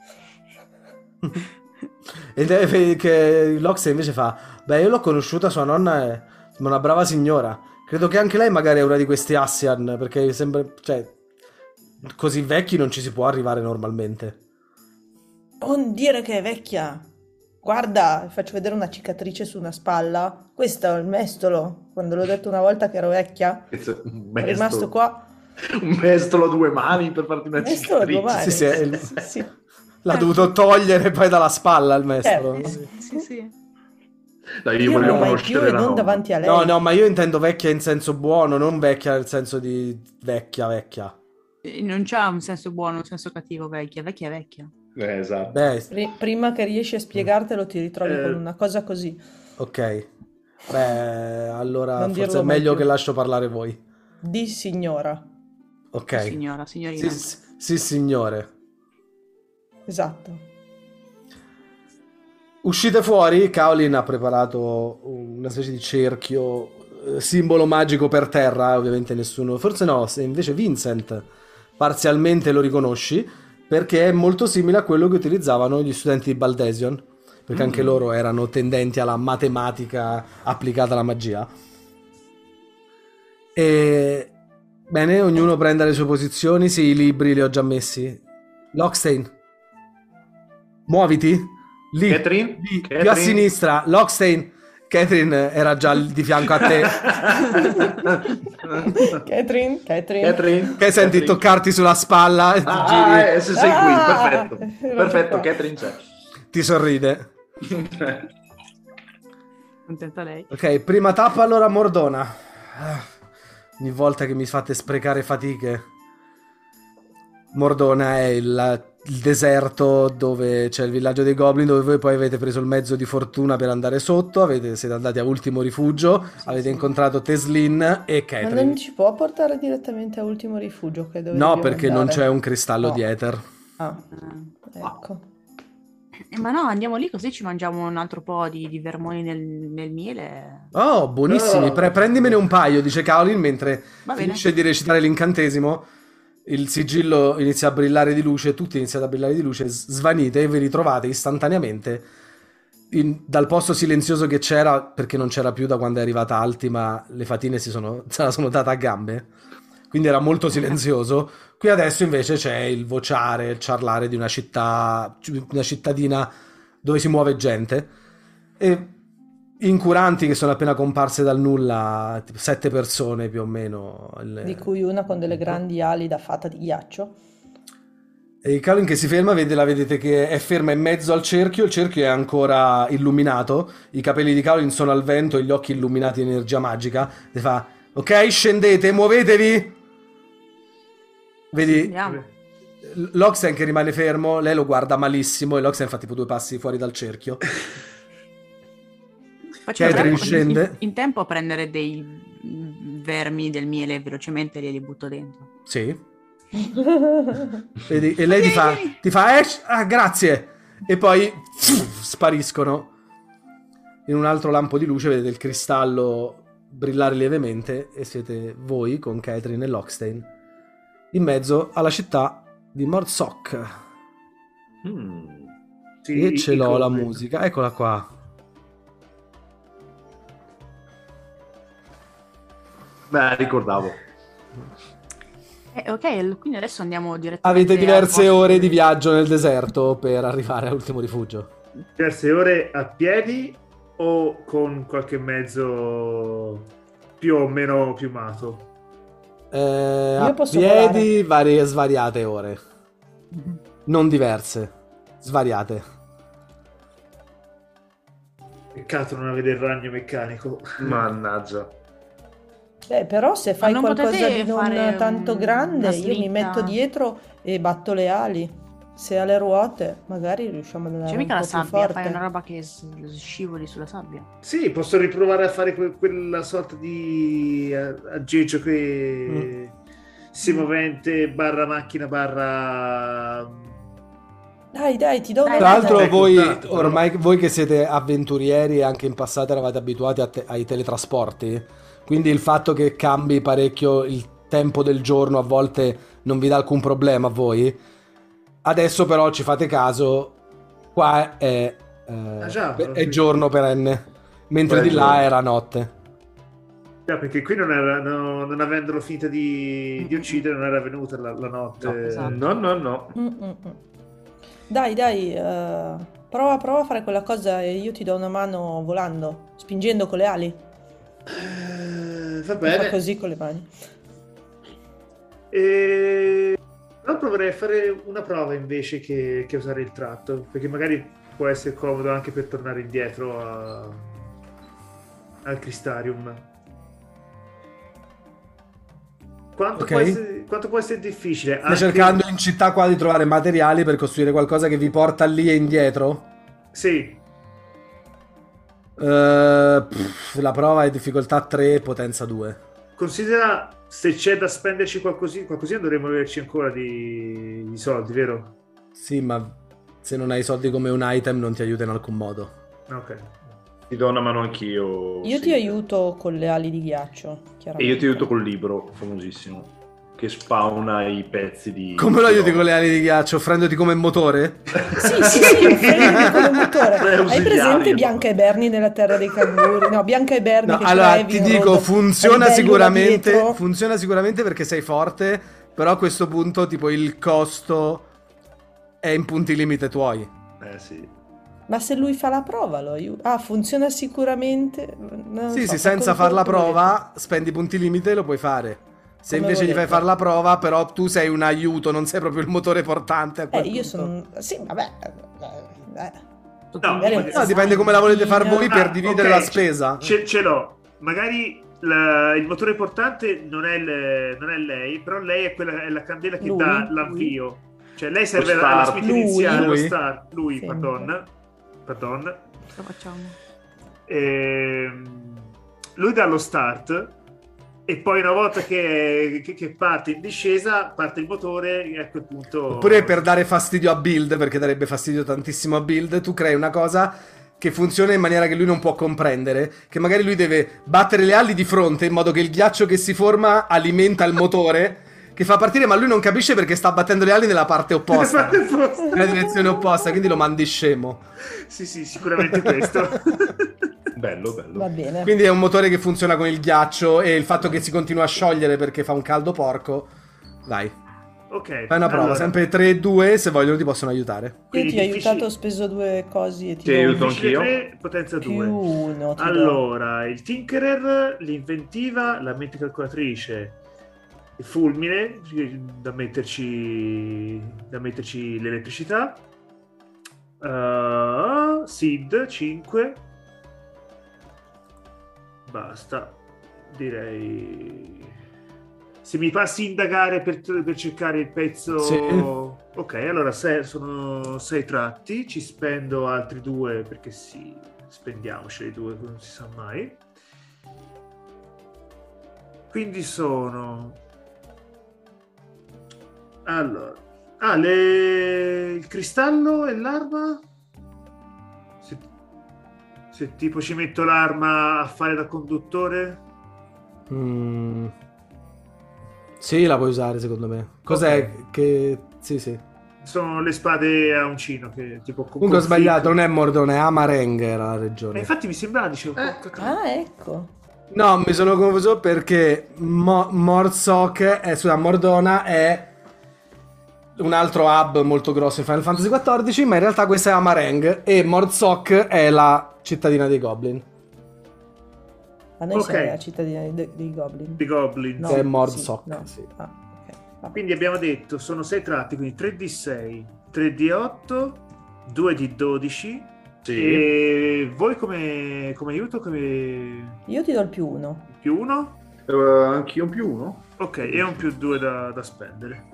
Ed è che Lox invece fa: beh, io l'ho conosciuta, sua nonna è una brava signora. Credo che anche lei magari è una di questi Assian, perché sembra, cioè, così vecchi non ci si può arrivare normalmente. Non dire che è vecchia. Guarda, faccio vedere una cicatrice su una spalla. Questo è il mestolo. Quando l'ho detto una volta che ero vecchia, Un è mestolo. rimasto qua. Un mestolo a due mani per farti una Mestolo a due cicatrice. mani. Sì, sì, è il- Sì, sì. L'ha dovuto togliere poi dalla spalla il mestolo. Eh, Sì, sì, sì. Dai, io, Io voglio non mai conoscere più e la non nonna. davanti a lei. No, no, ma io intendo vecchia in senso buono, non vecchia nel senso di vecchia, vecchia. Eh, Non c'ha un senso buono, un senso cattivo, vecchia. Vecchia è vecchia. Eh, esatto. Beh, Pri- prima che riesci a spiegartelo ti ritrovi Eh. con una cosa così. ok. Beh, allora Non forse dirlo è meglio mai più. che lascio parlare voi. Di signora. Ok. Signora, signorina. Sì, sì, sì, signore. Esatto. Uscite fuori, Kaolin ha preparato una specie di cerchio, eh, simbolo magico per terra, ovviamente nessuno, forse no, se invece Vincent parzialmente lo riconosci, perché è molto simile a quello che utilizzavano gli studenti di Baldesion, perché anche loro erano tendenti alla matematica applicata alla magia. E bene, ognuno prenda le sue posizioni, sì, i libri li ho già messi. Lockstein, muoviti. Lì, Catherine? lì, più Catherine? a sinistra, Lockstein. Catherine era già di fianco a te. Catherine, Catherine. Catherine? Che senti Catherine. toccarti sulla spalla e ti, Ah, giri, eh, se sei Ah, qui, perfetto. ero Perfetto, qua. Catherine c'è. ti sorride. Contenta lei. Ok, prima tappa allora Mordona. Ah, ogni volta che mi fate sprecare fatiche. Mordona è il, il deserto dove c'è il villaggio dei Goblin, dove voi poi avete preso il mezzo di fortuna per andare sotto, avete, siete andati a Ultimo Rifugio, avete incontrato Teslin e Ma Catherine. non ci può portare direttamente a Ultimo Rifugio che dove No, dobbiamo perché non andare? c'è un cristallo No. di Ether. Ah, Ah. ecco. Eh, ma no, andiamo lì così ci mangiamo un altro po' di, di vermoni nel, nel miele. Oh, buonissimi, Pre- prendimene un paio, dice Kaolin mentre Va bene. finisce di recitare l'incantesimo. Il sigillo inizia a brillare di luce, tutti iniziate a brillare di luce, s- svanite e vi ritrovate istantaneamente in- dal posto silenzioso che c'era, perché non c'era più da quando è arrivata Altima, le fatine si sono, se la sono date a gambe, quindi era molto silenzioso. Qui adesso invece c'è il vociare, il ciarlare di una città, una cittadina dove si muove gente, e incuranti che sono appena comparse dal nulla, tipo sette persone più o meno. il- Di cui una con delle grandi ali da fata di ghiaccio. E Kaolin che si ferma, vede, la vedete che è ferma in mezzo al cerchio, il cerchio è ancora illuminato, i capelli di Kaolin sono al vento e gli occhi illuminati di energia magica, e fa: ok, scendete, muovetevi. Vedi, Andiamo. Loxen che rimane fermo, lei lo guarda malissimo e Loxen fa tipo due passi fuori dal cerchio. Faccio Catherine in, scende. in, in tempo a prendere dei vermi del miele velocemente e li butto dentro. Sì. Vedi? E lei ti fa, ti fa eh, ah, grazie. E poi pff, spariscono. In un altro lampo di luce vedete il cristallo brillare lievemente e siete voi con Catherine e Lockstein in mezzo alla città di Mordsoc. Mm. Sì, E ce i- l'ho i la cover. musica, eccola qua. Beh, ricordavo. Eh, ok, quindi adesso andiamo direttamente Avete diverse al posto ore dove- di viaggio nel deserto per arrivare all'ultimo rifugio. Diverse ore a piedi o con qualche mezzo più o meno piumato? Eh, Io a posso piedi varie svariate ore. Non diverse, svariate. Peccato non avere il ragno meccanico. Mannaggia. Beh, però se fai non qualcosa potete di non fare tanto un- grande, una io mi slitta? metto dietro e batto le ali. Se ha le ruote, magari riusciamo ad andare C'è un mica po' la più sabbia, forte. fai una roba che s- scivoli sulla sabbia. Sì, posso riprovare a fare que- quella sorta di eh, aggeggio che si movente barra macchina barra... Dai, dai, ti do una Dai, Tra dai, l'altro dai. voi, Contatto, però. ormai voi che siete avventurieri e anche in passato eravate abituati a te- ai teletrasporti, quindi il fatto che cambi parecchio il tempo del giorno a volte non vi dà alcun problema a voi. Adesso però ci fate caso, qua è, eh, Ah, già, è giorno perenne, mentre Qua è di là giorno. era notte. Già, perché qui non, era, no- non avendolo finta di, di uccidere non era venuta la, la notte. No, esatto. No, no, no. Mm, mm, mm. Dai, dai, eh, prova, prova a fare quella cosa e io ti do una mano volando, spingendo con le ali. Eh, va Fa bene. così con le mani. E... Però proverei a fare una prova invece che, che usare il tratto, perché magari può essere comodo anche per tornare indietro a- al Crystarium. Quanto, Ok. può essere, quanto può essere difficile? Stai cercando in città qua di trovare materiali per costruire qualcosa che vi porta lì e indietro? Sì, Eh, pff, la prova è difficoltà tre, potenza due. considera se c'è da spenderci qualcosina, qualcosina dovremmo averci ancora di, di soldi, vero? Sì, ma se non hai i soldi come un item non ti aiuta in alcun modo. Ok. Ti do una mano anch'io. Io sì. ti aiuto con le ali di ghiaccio, E chiaramente. io ti aiuto col libro, famosissimo, che spawna i pezzi di... Come lo aiuti con le ali di ghiaccio? Offrendoti come motore? Sì, sì, sì, offrendoti con il motore. È Hai ausiliario. presente Bianca e Bernie nella terra dei canguri? No, Bianca e Bernie No, che allora c'era ti Evan dico, Road, funziona ribello là sicuramente, dietro. funziona sicuramente perché sei forte, però a questo punto tipo il costo è in punti limite tuoi. Eh sì. Ma se lui fa la prova lo aiuta. Ah, funziona sicuramente. Non Sì, so, sì, fa senza come- far la come prova, spendi punti limite e lo puoi fare. Se Come invece gli fai volete. fare la prova, però tu sei un aiuto, non sei proprio il motore portante a volete. quel Eh, io punto. sono. Sì, vabbè. eh, eh. No, Magari ma- un No, dipende come la volete far voi per Ah, dividere ok, la spesa. Ce, ce l'ho. Magari la- il motore portante non è, il- non è lei, però lei è, quella, è la candela che Lui, dà lui. l'avvio. Cioè lei serve Lo alla start. spinta Lui. iniziale, lo Lui. start. Lui, Sì. pardon. Pardon. Lo facciamo. Ehm, lui dà lo start e poi una volta che, che- che parte in discesa, parte il motore e a quel punto... Oppure per dare fastidio a Build, perché darebbe fastidio tantissimo a Build, tu crei una cosa che funziona in maniera che lui non può comprendere, che magari lui deve battere le ali di fronte in modo che il ghiaccio che si forma alimenta il motore che fa partire, ma lui non capisce perché sta battendo le ali nella parte opposta, nella direzione opposta, quindi lo mandi scemo. Sì, sì, sicuramente questo. Bello, bello. Va bene. Quindi è un motore che funziona con il ghiaccio e il fatto che si continua a sciogliere perché fa un caldo porco. Vai, Ok. fai una prova, allora, sempre tre e due, se vogliono ti possono aiutare. Io quindi ti ho difficile- aiutato, ho speso due cosi e ti, Ti do aiuto difficile anch'io. tre, potenza più due. uno. Ti do. Allora, il Tinkerer, l'inventiva, la mente calcolatrice, il fulmine, da metterci, da metterci l'elettricità, uh, Sid, cinque, basta, direi... se mi passi indagare per, per cercare il pezzo... Sì. Ok, allora se, sono sei tratti, ci spendo altri due perché sì, spendiamoci i due, non si sa mai. Quindi sono... Allora... Ah, le... il cristallo e l'arma? Se... se tipo ci metto l'arma a fare da conduttore? Mm. Sì, la puoi usare secondo me. Cos'è Ok. che... Sì, sì. Sono le spade a uncino che tipo... Comunque ho sbagliato, non è Mordone, è Amareng era la Eh, regione. infatti mi sembrava, dicevo... porca- Ah, ecco. No, mi sono confuso perché Mo- Morzok è, scusa, Mordona è un altro hub molto grosso in Final Fantasy quattordici, ma in realtà questa è Amareng e Morzok è la cittadina dei Goblin. Ma noi Ok. siamo la cittadina dei, dei Goblin. Di Goblin. No, Che è sì, Morzok, no. sì. Ah, ok. Va. Quindi abbiamo detto, sono sei tratti, quindi tre di sei, tre di otto, due di dodici. Sì. E voi come, come aiuto? Come Io ti do il più uno. più uno? Eh, anch'io un più uno. Ok, e un più due da, da spendere.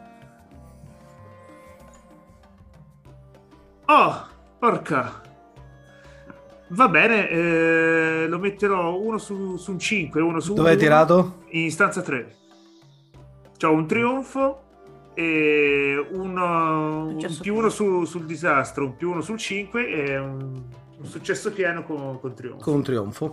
Oh, porca. Va bene, eh, lo metterò uno su, su un cinque, uno su Dove hai uno, tirato? in stanza tre. C'ho un trionfo e uno, un Successo più uno su- sul disastro, un più uno sul cinque e un, un successo pieno con, con trionfo. Con un trionfo.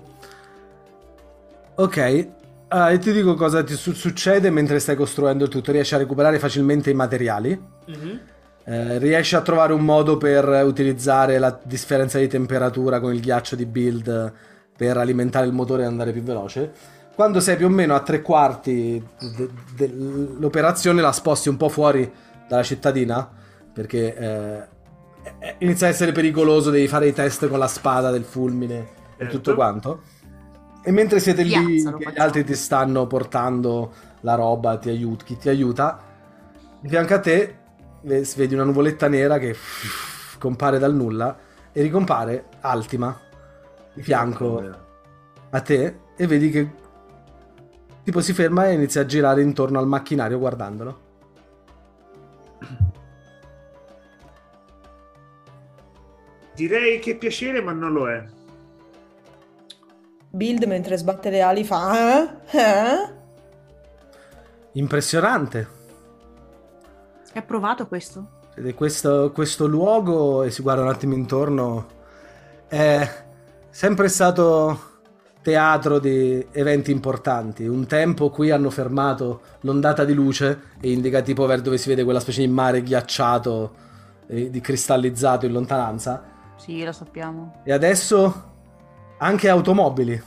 Ok. Ah, e ti dico cosa ti su- succede mentre stai costruendo il tutto. Riesci a recuperare facilmente i materiali. Mhm. Eh, riesci a trovare un modo per utilizzare la differenza di temperatura con il ghiaccio di build per alimentare il motore e andare più veloce. Quando sei più o meno a tre quarti de- dell'operazione la sposti un po' fuori dalla cittadina perché eh, eh, inizia a essere pericoloso, devi fare i test con la spada del fulmine e Certo. tutto quanto. E mentre siete lì Piazza, lo che gli facciamo. altri ti stanno portando la roba, ti aiuti, chi ti aiuta, di fianco a te ve- vedi una nuvoletta nera che compare dal nulla e ricompare Altima di fianco a te e vedi che tipo si ferma e inizia a girare intorno al macchinario guardandolo. Direi che piacere, ma non lo è. Build mentre sbatte le ali fa... Eh? Eh? Impressionante. Hai provato questo? Ed è questo, questo luogo, e si guarda un attimo intorno, è sempre stato teatro di eventi importanti. Un tempo qui hanno fermato l'ondata di luce e indica tipo ver dove si vede quella specie di mare ghiacciato e di cristallizzato in lontananza. Sì, lo sappiamo. E adesso anche automobili.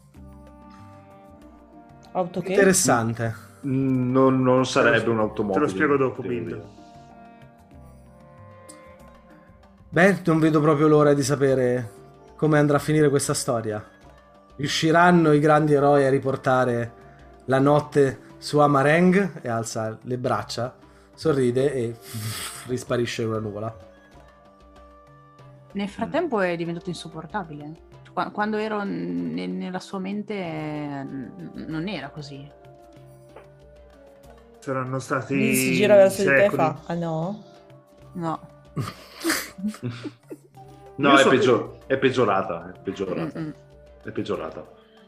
Auto che? Interessante. Non, non sarebbe un'automobile. Te lo spiego dopo, devo Bill. dire. Beh, non vedo proprio l'ora di sapere come andrà a finire questa storia. Riusciranno i grandi eroi a riportare la notte su Amareng? E alza le braccia, sorride e risparisce in una nuvola. Nel frattempo è diventato insopportabile. Qua- Quando ero ne- nella sua mente eh, n- non era così. Saranno stati Quindi si gira verso di te e secoli. fa... Ah no? No. No, Io è, so- peggior- è peggiorata. È peggiorata. Mm-mm. È peggiorata.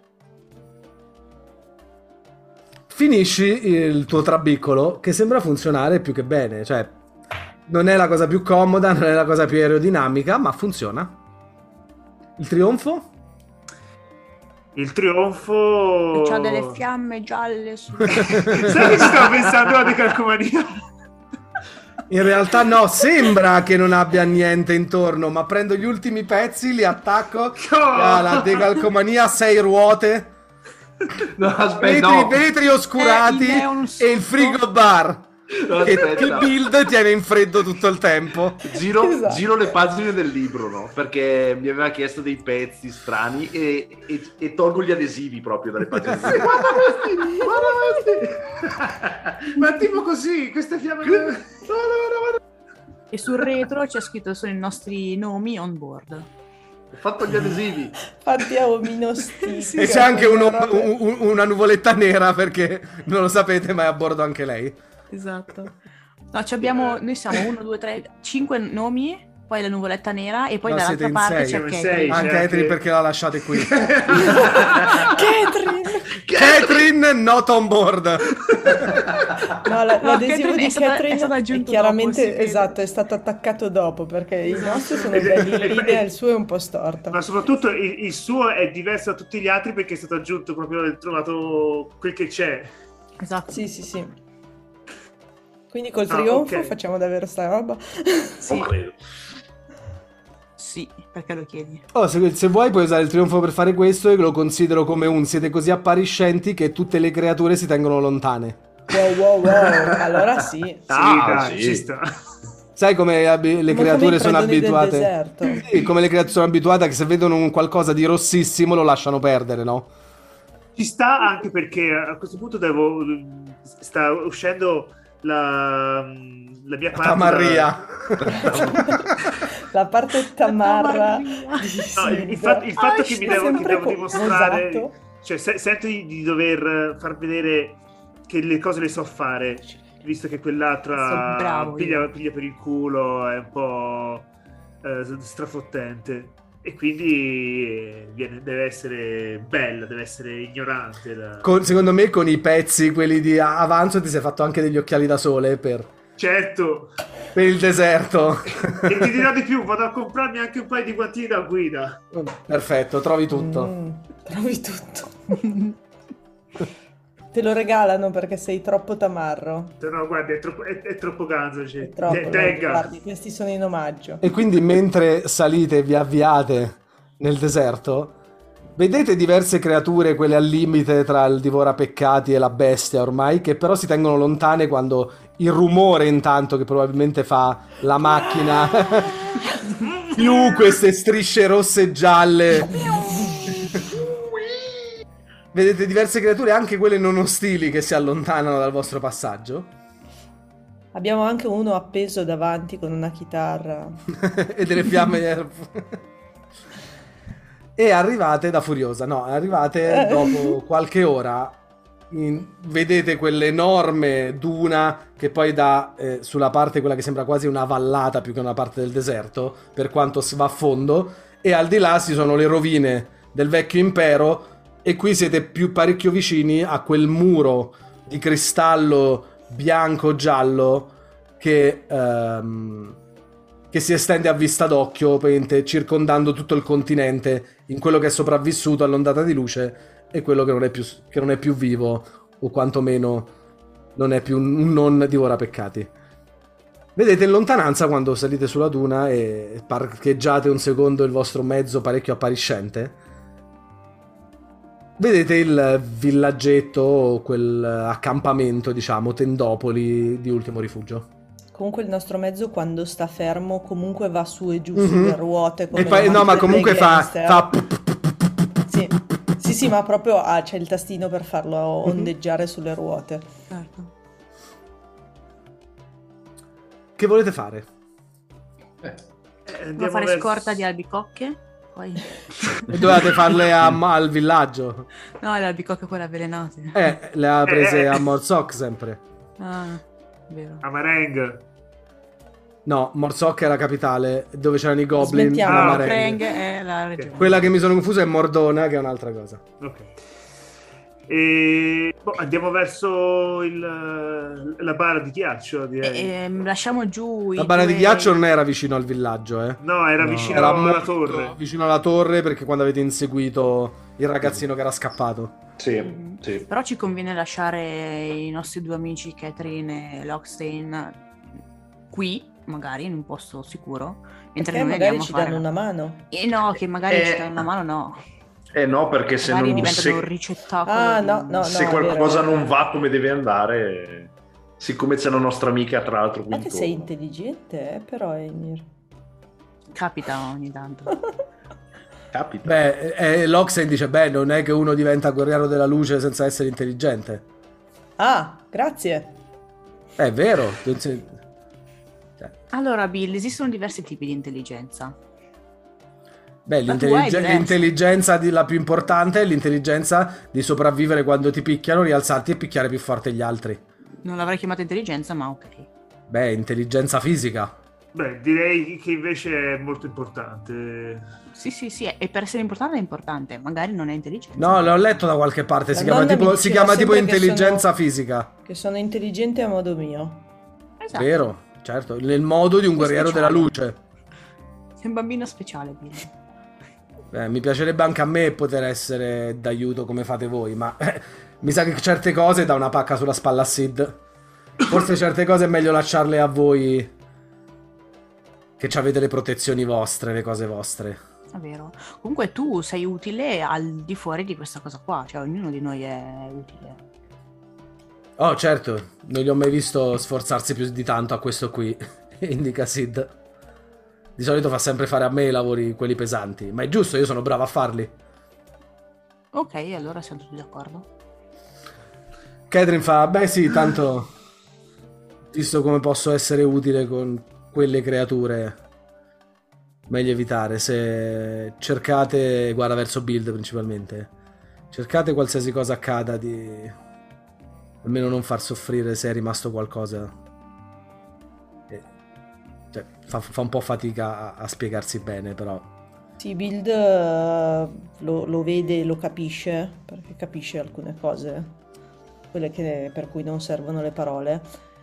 Finisci il tuo trabiccolo che sembra funzionare più che bene, cioè non è la cosa più comoda, non è la cosa più aerodinamica, ma funziona. Il trionfo? Il trionfo... C'ha delle fiamme gialle su... Sai che ci stavo pensando alla decalcomania? In realtà no, sembra che non abbia niente intorno, ma prendo gli ultimi pezzi, li attacco alla decalcomania a sei ruote, No, aspetta, vetri, no. vetri oscurati Eh, il neon e il frigo bar No, che, aspetta. che build tiene in freddo tutto il tempo. Giro, Esatto. giro le pagine del libro, no? Perché mi aveva chiesto dei pezzi strani e, e- e tolgo gli adesivi proprio dalle pagine del libro. Guarda questi! Guarda questi! Ma tipo così, queste fiamme... E sul retro c'è scritto sono i nostri nomi on board. Ho fatto gli adesivi. Fatti a omino stick. E c'è anche uno, un, una nuvoletta nera, perché non lo sapete, ma è a bordo anche lei. Esatto. No, ci abbiamo, noi siamo uno, due, tre, cinque nomi, poi la nuvoletta nera e poi No, dall'altra siete in parte sei. c'è Siamo in Catherine. sei. Anche C'è Catherine, anche- perché la lasciate qui. Catherine! Catherine not on board. No, la- No, l'adesivo Catherine di è stata- Catherine è stato è aggiunto chiaramente dopo, si vede. esatto, è stato attaccato dopo perché i nostri sono Esatto. belli in linea e il suo è un po' storto. Ma soprattutto il, il suo è diverso da tutti gli altri perché è stato aggiunto proprio nel trovato quel che c'è. Esatto. Sì, sì, sì. Quindi col Ah, trionfo ok. facciamo davvero sta roba. Sì. Non credo. Sì, perché lo chiedi? Oh, se, se vuoi puoi usare il trionfo per fare questo, e lo considero come un siete così appariscenti che tutte le creature si tengono lontane. Wow, wow, wow. Allora sì. Ah, sì, dai, sì. ci sta. Sai come abi- le Come creature i sono predoni del abituate? deserto. Sì, come le creature sono abituate a che se vedono un qualcosa di rossissimo lo lasciano perdere, no? Ci sta anche perché a questo punto devo sta uscendo la, la mia parte Tamarria. La parte tamarra. Tamarria. di da- no, il, Sid. il fatto, il fatto Ah, che mi sta devo, che sempre devo co- dimostrare, esatto. cioè se- sento di, di dover far vedere che le cose le so fare, visto che Sono quell'altra bravo piglia, io. piglia per il culo, è un po' eh, strafottente. E quindi eh, viene- deve essere bella, deve essere ignorante. la- Con- secondo me con i pezzi, quelli di a- avanzo, ti sei fatto anche degli occhiali da sole per, Certo, per il deserto. e ti dirò di più, vado a comprarmi anche un paio di guantini da guida. Perfetto, trovi tutto. Mm, trovi tutto. Te lo regalano perché sei troppo tamarro. No, guarda, è troppo, è, è troppo ganzo. Cioè. È troppo. Te- no? tenga. Guardi, questi sono in omaggio. E quindi mentre salite e vi avviate nel deserto, vedete diverse creature, quelle al limite tra il divora peccati e la bestia ormai, che però si tengono lontane quando il rumore intanto che probabilmente fa la macchina, più queste strisce rosse e gialle. Vedete diverse creature, anche quelle non ostili, che si allontanano dal vostro passaggio. Abbiamo anche uno appeso davanti con una chitarra. E delle fiamme. E arrivate da Furiosa. No, arrivate dopo qualche ora. in- vedete quell'enorme duna che poi dà eh, sulla parte quella che sembra quasi una vallata più che una parte del deserto, per quanto si va a fondo. E al di là ci sono le rovine del vecchio impero. E qui siete più parecchio vicini a quel muro di cristallo bianco-giallo che, ehm, che si estende a vista d'occhio, praticamente circondando tutto il continente, in quello che è sopravvissuto all'ondata di luce e quello che non è più, che non è più vivo, o quantomeno non è più un non divora peccati. Vedete in lontananza, quando salite sulla duna e parcheggiate un secondo il vostro mezzo parecchio appariscente, vedete il villaggetto, quel accampamento, diciamo, tendopoli di Ultimo Rifugio. Comunque il nostro mezzo quando sta fermo comunque va su e giù Mhm. sulle ruote come E poi, le no, ma macchine comunque dei fa, gangster. fa Sì. Sì, sì, ma proprio ah, c'è il tastino per farlo ondeggiare sulle ruote. Certo. Che volete fare? Eh, Devo andiamo fare verso- scorta di albicocche? Poi... E dovevate farle a- al villaggio. No, le albicocche quelle avvelenate. Eh, le ha prese Eh. a Morzok sempre. Ah, vero. A Mareng. No, Morzok è la capitale, dove c'erano i goblin. Smettiamo. la Ah, Mareng. Krang è la regione. Quella che mi sono confuso è Mordona, che è un'altra cosa. Ok. E boh, andiamo verso il, la bara di ghiaccio, direi. Ehm, lasciamo giù La i bara di due- ghiaccio non era vicino al villaggio, eh. No, era No, vicino era alla molto torre. vicino alla torre, perché quando avete inseguito il ragazzino che era scappato. Sì, Mm. sì. Però ci conviene lasciare i nostri due amici Catherine e Lockstein qui, magari in un posto sicuro, mentre Perché noi magari andiamo a ci fare... danno una mano. Eh no, che magari Eh. ci danno una mano, no. Eh no, perché se, Magari non, diventano un se, ricettacolo. Ah, di- no, no, se no, è qualcosa vero. non va come deve andare, siccome c'è la nostra amica tra l'altro qui Ma che intorno. sei intelligente, eh, però, Emir. Capita ogni tanto. Capita. Beh, eh, Loxane dice, beh, non è che uno diventa guerriero della luce senza essere intelligente. Ah, grazie. Eh, È vero. Allora, Bill, esistono diversi tipi di intelligenza. Beh, l'intelligen- l'intelligenza di, la più importante è l'intelligenza di sopravvivere quando ti picchiano, rialzarti e picchiare più forte gli altri. Non l'avrei chiamata intelligenza, ma ok. Beh, intelligenza fisica. Beh, direi che invece è molto importante. Sì, sì, sì, e per essere importante è importante, magari non è intelligenza. No, l'ho letto da qualche parte, si La chiama nonna tipo, mi si diceva chiama tipo sempre che intelligenza sono- fisica. Che sono intelligente a modo mio. Esatto. Vero, certo, nel modo di un Sei guerriero speciale. della luce. Sei un bambino speciale, Bill. Beh, mi piacerebbe anche a me poter essere d'aiuto come fate voi, ma eh, mi sa che certe cose da una pacca sulla spalla a Sid. Forse certe cose è meglio lasciarle a voi, che avete le protezioni vostre, le cose vostre. È vero. Comunque tu sei utile al di fuori di questa cosa qua, cioè ognuno di noi è utile. Oh, certo, non gli ho mai visto sforzarsi più di tanto a questo qui, indica Sid. Di solito fa sempre fare a me i lavori, quelli pesanti, ma è giusto, io sono bravo a farli. Ok, allora siamo tutti d'accordo. Catherine fa, beh sì, tanto, visto come posso essere utile con quelle creature, meglio evitare. Se cercate, guarda verso Build principalmente, cercate qualsiasi cosa accada di almeno non far soffrire se è rimasto qualcosa. E, cioè, fa, fa un po' fatica a, a spiegarsi bene, però Sì, Build eh, lo, lo vede e lo capisce, perché capisce alcune cose, quelle che- per cui non servono le parole,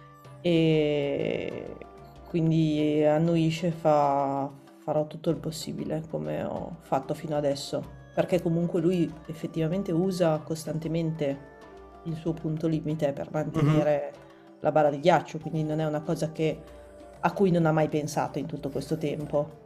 e quindi annuisce, fa farò tutto il possibile come ho fatto fino adesso, perché comunque lui effettivamente usa costantemente il suo punto limite per mantenere la barra di ghiaccio, quindi non è una cosa che, a cui non ha mai pensato in tutto questo tempo.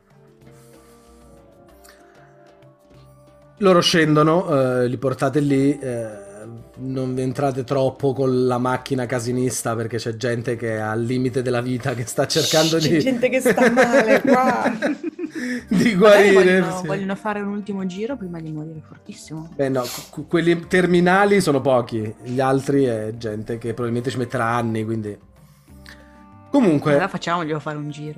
loro scendono, eh, li portate lì, eh, non entrate troppo con la macchina casinista perché c'è gente che è al limite della vita, che sta cercando C'è di, gente che sta male qua. di Magari guarire. vogliono, sì. vogliono fare un ultimo giro prima di morire fortissimo. Beh no, que- quelli terminali sono pochi, gli altri è gente che probabilmente ci metterà anni, quindi... Comunque... Allora facciamoglielo fare un giro.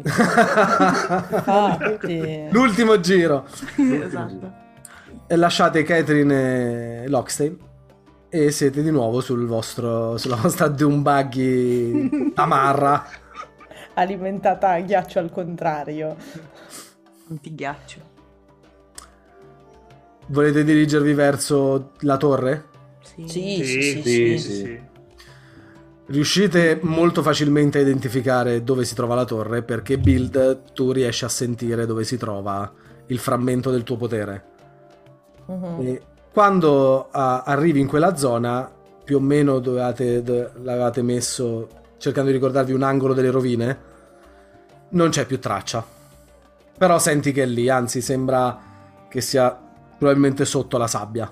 Infatti. L'ultimo giro. Esatto. E lasciate Catherine e Lockstein e siete di nuovo sul vostro, sulla vostra Doom Buggy tamarra. Alimentata a ghiaccio al contrario. Antighiaccio. Volete dirigervi verso la torre? Sì. Sì, sì, sì, sì, sì. sì. Riuscite molto facilmente a identificare dove si trova la torre, perché Build, tu riesci a sentire dove si trova il frammento del tuo potere. Mhm. E quando ah, arrivi in quella zona, più o meno dove avete, dove l'avevate messo, cercando di ricordarvi un angolo delle rovine, non c'è più traccia. Però senti che è lì, anzi sembra che sia probabilmente sotto la sabbia.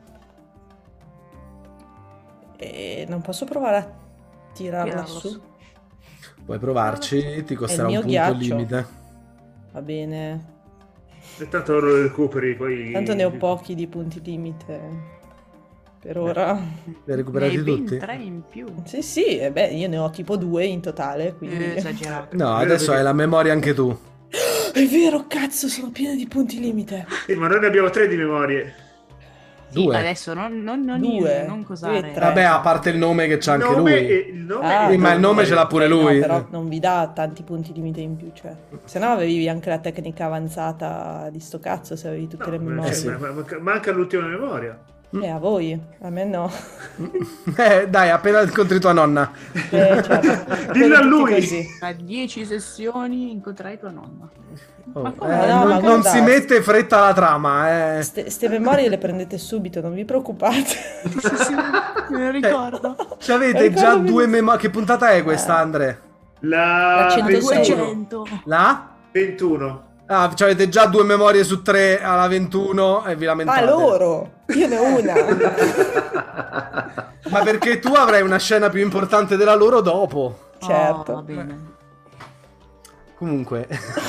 E non posso provare a tirarla Tirarlo su? su. Puoi provarci, ti costerà un mio punto ghiaccio. limite. Va bene. E tanto lo recuperi poi. Tanto ne ho pochi di punti limite per ora. Li hai recuperati Ne hai ben tutti? tre in più. Sì, sì, e beh, io ne ho tipo due in totale, quindi... Eh, esagerato. No, adesso hai la memoria anche tu. È vero, cazzo, sono piena di punti limite. Sì, ma noi ne abbiamo tre di memorie. Sì, Due. adesso non, non, non, Due. non Due cosare. e tre. Vabbè, a parte il nome che c'ha Il anche nome lui. e- il nome Ah, e Sì, ma il nome ce l'ha pure Eh, no, lui. però non vi dà tanti punti limite in più, cioè. Se no avevi anche la tecnica avanzata di sto cazzo, se avevi tutte No, le ma- memorie. Eh, sì. ma- ma- manca, manca l'ultima memoria. E a voi, a me no. Eh, dai, appena incontri tua nonna. Eh, certo. Dillo a Tutti lui. così. Tra dieci sessioni incontrai tua nonna. Oh, Ma eh, come? No, non, ma non guarda- si mette fretta alla trama, eh. Ste, ste memorie le prendete subito, non vi preoccupate. Sì, sì, me ne ricordo. Ci avete Ricordo già benissimo. due memorie. Che puntata è questa, Andre? La, La centosei. ventuno. duecento. La? ventuno. Ah, ci avete già due memorie su tre alla ventuno e vi lamentate. Ma loro! Io ne ho una. Ma perché tu avrai una scena più importante della loro dopo. Certo. Oh, va bene. Comunque.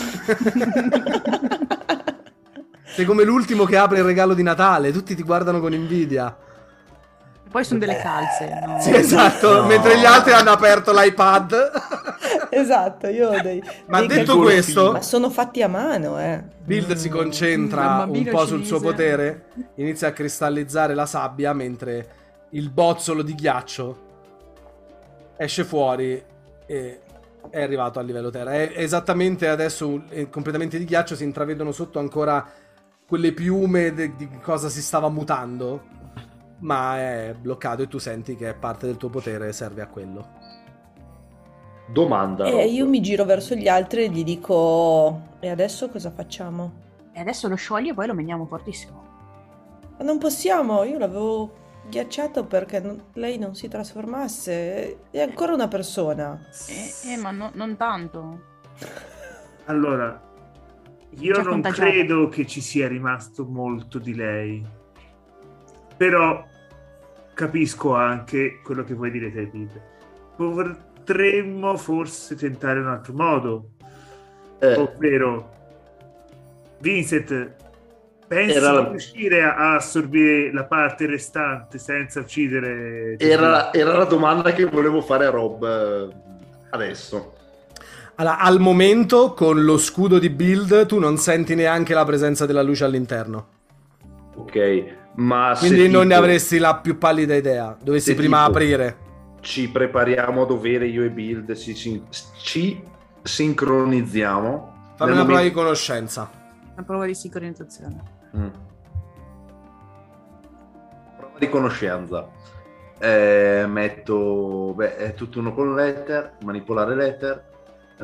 Sei come l'ultimo che apre il regalo di Natale. Tutti ti guardano con invidia. Poi sono delle calze. No? Sì, esatto. No. Mentre gli altri hanno aperto l'iPad. Esatto, io ho dei, Ma dei detto calcoli- questo- ma sono fatti a mano, eh. Build si Un concentra un bambino po' sul suo cinese. potere, inizia a cristallizzare la sabbia mentre il bozzolo di ghiaccio esce fuori e è arrivato a livello terra. È esattamente adesso un- è completamente di ghiaccio, si intravedono sotto ancora quelle piume de- di cosa si stava mutando, ma è bloccato e tu senti che è parte del tuo potere e serve a quello. Domanda. E Rob. io mi giro verso gli altri e gli dico: e adesso cosa facciamo? E adesso lo sciogli e poi lo meniamo fortissimo. Ma non possiamo, io l'avevo ghiacciato perché non- lei non si trasformasse. È ancora una persona. Eh, eh, ma no- non tanto. Allora, io Già non contagiata. credo che ci sia rimasto molto di lei, però capisco anche quello che vuoi dire te, Pipe. Potremmo forse tentare un altro modo, Eh, ovvero Vincent, pensi Era la- di riuscire a a assorbire la parte restante senza uccidere? era, era la domanda che volevo fare a Rob eh, adesso. Allora, al momento, con lo scudo di Build, tu non senti neanche la presenza della luce all'interno. Ok, ma se Quindi non ne tipo avresti la più pallida idea. Dovessi Se prima tipo- aprire. ci prepariamo a dovere io e Build, ci, ci, ci sincronizziamo. Fammi Nel una prova di momento- conoscenza. Una prova di sincronizzazione. Mm. Prova di conoscenza. Eh, metto, beh, è tutto uno con l'Ether, manipolare l'Ether, eh,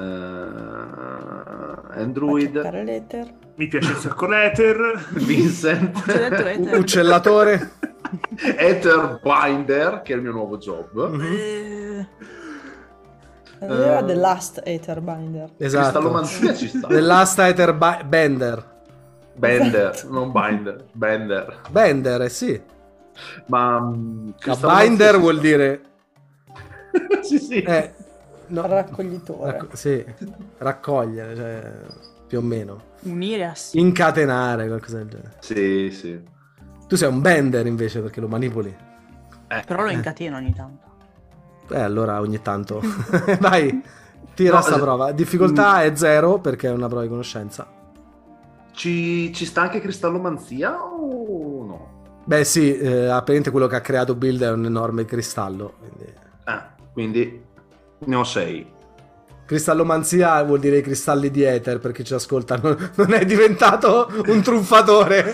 Android, Accettare l'Ether. Mi piace un sacco l'Ether. Vincent, Ci ho detto U- Ether. uccellatore. Ether Binder, che è il mio nuovo job. Mhm. Eh, Non era Eh. The Last Aetherbinder. Esatto. Cristallomanzia ci sta. The Last Aether Bi- Bender. Bender, non Binder, Bender. Bender, eh sì. Ma mm, La cristallomanzia binder ci vuol sta. dire... Sì, sì. Eh, no, Raccoglitore. racco- sì, raccogliere, cioè, più o meno. unire assieme. Incatenare, qualcosa del genere. Sì, sì. Tu sei un bender invece perché lo manipoli. Però lo incateno ogni tanto. Eh, allora ogni tanto. Vai, tira No, sta eh, prova. Difficoltà è zero perché è una prova di conoscenza. Ci, ci sta anche cristallomanzia o no? Beh sì, eh, apparentemente quello che ha creato Build è un enorme cristallo. Quindi... Ah, quindi ne ho sei. Cristallomanzia vuol dire i cristalli di Ether, per chi ci ascolta, non, non è diventato un truffatore.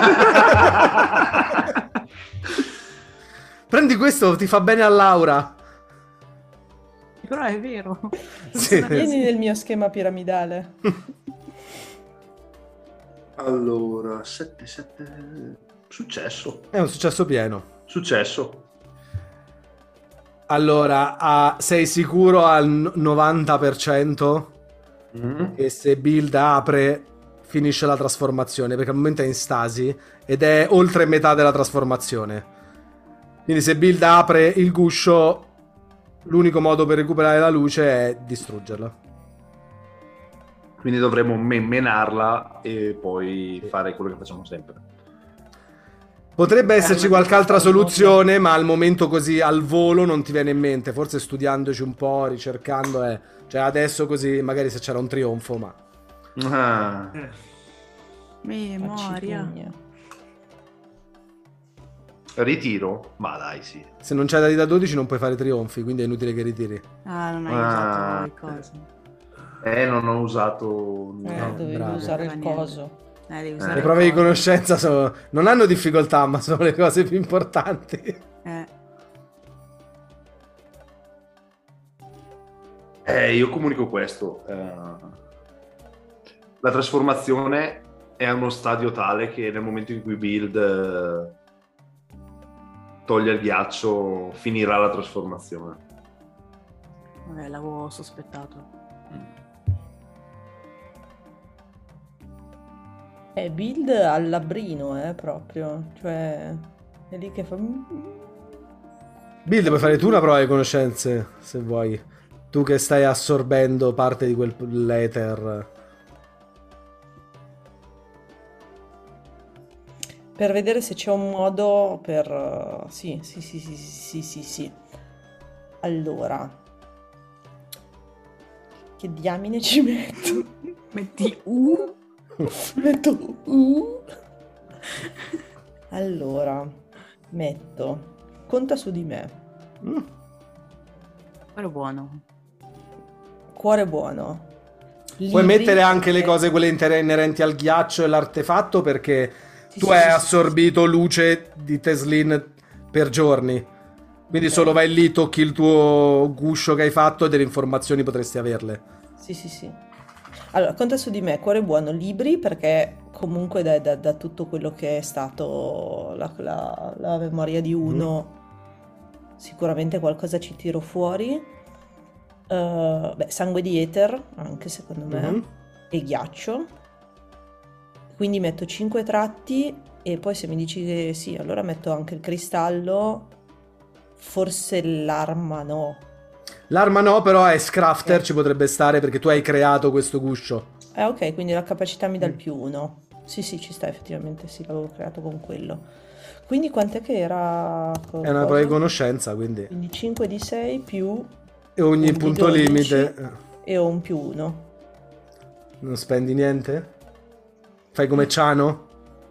Prendi questo, ti fa bene a Laura. Però è vero. Sì. Vieni nel mio schema piramidale. Allora, sette, sette... Successo. È un successo pieno. Successo. Allora, ah, sei sicuro al n- novanta per cento Mm. che se Build apre finisce la trasformazione, perché al momento è in stasi ed è oltre metà della trasformazione. Quindi se Build apre il guscio, l'unico modo per recuperare la luce è distruggerla. Quindi dovremmo men- menarla e poi fare quello che facciamo sempre. Potrebbe esserci qualche altra soluzione, ma al momento così al volo non ti viene in mente. Forse studiandoci un po', ricercando, eh. Cioè adesso così, magari se c'era un trionfo, ma... Ah. Eh, Memoria. Accipigna. Ritiro? Ma dai, sì. Se non c'è da dodici non puoi fare trionfi, quindi è inutile che ritiri. Ah, non hai Ah. usato le cose. Eh, non ho usato... Eh, No, dovevi bravo. usare il Non fa niente. coso. Eh, devi Eh. usare Le prove di cose. conoscenza sono... non hanno difficoltà, ma sono le cose più importanti. Eh. Eh, io comunico questo. eh, la trasformazione è a uno stadio tale che nel momento in cui Build eh, toglie il ghiaccio finirà la trasformazione. Vabbè, l'avevo sospettato. È Build al labbrino, eh, proprio. Cioè, è lì che fa... Build, puoi fare tu una prova di conoscenze, se vuoi. Tu che stai assorbendo parte di quell'ether. Per vedere se c'è un modo per... uh, Sì, sì, sì, sì, sì, sì, sì, sì. Allora... Che diamine ci metto? Metti U. Metto U. Allora, metto. Conta su di me. Mm. Quello buono. Cuore buono. Puoi Libri, mettere anche le perché- cose quelle inter- inerenti al ghiaccio e l'artefatto, perché Sì, tu sì, hai sì, sì, assorbito luce di Teslin per giorni. Quindi Ok. solo vai lì, tocchi il tuo guscio che hai fatto e delle informazioni potresti averle. Sì, sì, sì. Allora, conta su di me, cuore buono, libri, perché comunque da, da- da tutto quello che è stato la, la- la memoria di uno, sicuramente qualcosa ci tiro fuori. Eh, beh, sangue di Ether, anche secondo me, Mhm. e ghiaccio. Quindi metto cinque tratti e poi se mi dici che sì, allora metto anche il cristallo, forse l'arma no. L'arma no, però è Scrafter, Ok. ci potrebbe stare perché tu hai creato questo guscio. Eh ok, quindi la capacità mi dà il più uno. Sì, sì, ci sta effettivamente, sì, l'avevo creato con quello. Quindi quant'è che era? co- È una prova cosa? di conoscenza, quindi. Quindi cinque di sei più E ogni un di punto dodici limite. eh, e ho un più uno. Non spendi niente? Fai come Ciano?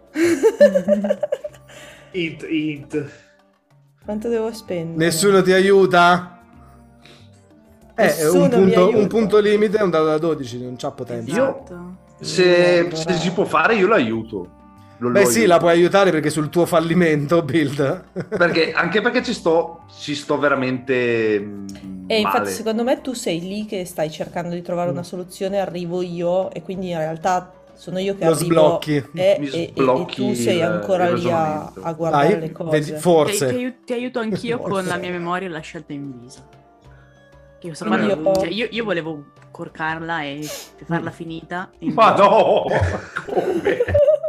Int, int. Quanto devo spendere? Nessuno ti aiuta? Eh, Nessuno un mi punto, aiuta. un punto limite è un dato da dodici, non c'ha potenza. Esatto. Se, Allora- se si può fare, io l'aiuto. Lo- Beh lo sì, aiuto. la puoi aiutare perché sul tuo fallimento, Build. Perché, anche perché ci sto, ci sto veramente mm, E infatti male. secondo me tu sei lì che stai cercando di trovare una soluzione, arrivo io e quindi in realtà sono io che Lo arrivo sblocchi. e, Mi e- e- e sblocchi tu sei il- ancora il lì a, ragionamento. a guardare Dai, le cose. vedi- Ti, ti forse. aiuto, ti aiuto anch'io con Forse. la mia memoria e la scelta invisa. Che io, sono Quindi guarda- io- cioè, io, io volevo corcarla e farla finita. e Ma invece- no! Come?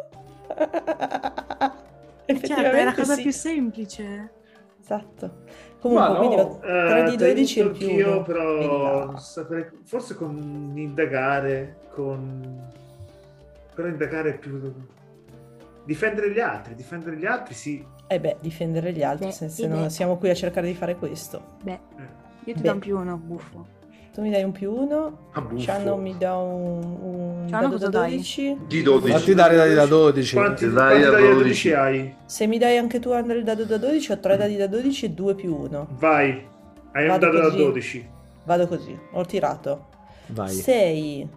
Certo, è la Effettivamente cosa sì. più semplice. Esatto. Comunque, Ma no. quindi ho tre di Eh, dodici e il t'aiuto più anch'io, uno. però Bella. sapere- forse con indagare, con però indagare è più difendere gli altri, difendere gli altri sì. Eh beh, difendere gli altri, Beh, se, se eh non beh. siamo qui a cercare di fare questo. Beh, io ti Beh. do un più uno, buffo. Tu mi dai un più uno, Ah, buffo. Ciano mi dà un, un Ciano dado cosa da dai? dodici. Di dodici. Fatti dare dati da dodici. Quanti, Dai, quanti da dai da dodici. dodici hai? Se mi dai anche tu Andrea il dado da dodici, ho tre dadi da dodici e due più uno. Vai, hai un Vado dato da così. dodici. Vado così, ho tirato. Vai. sei.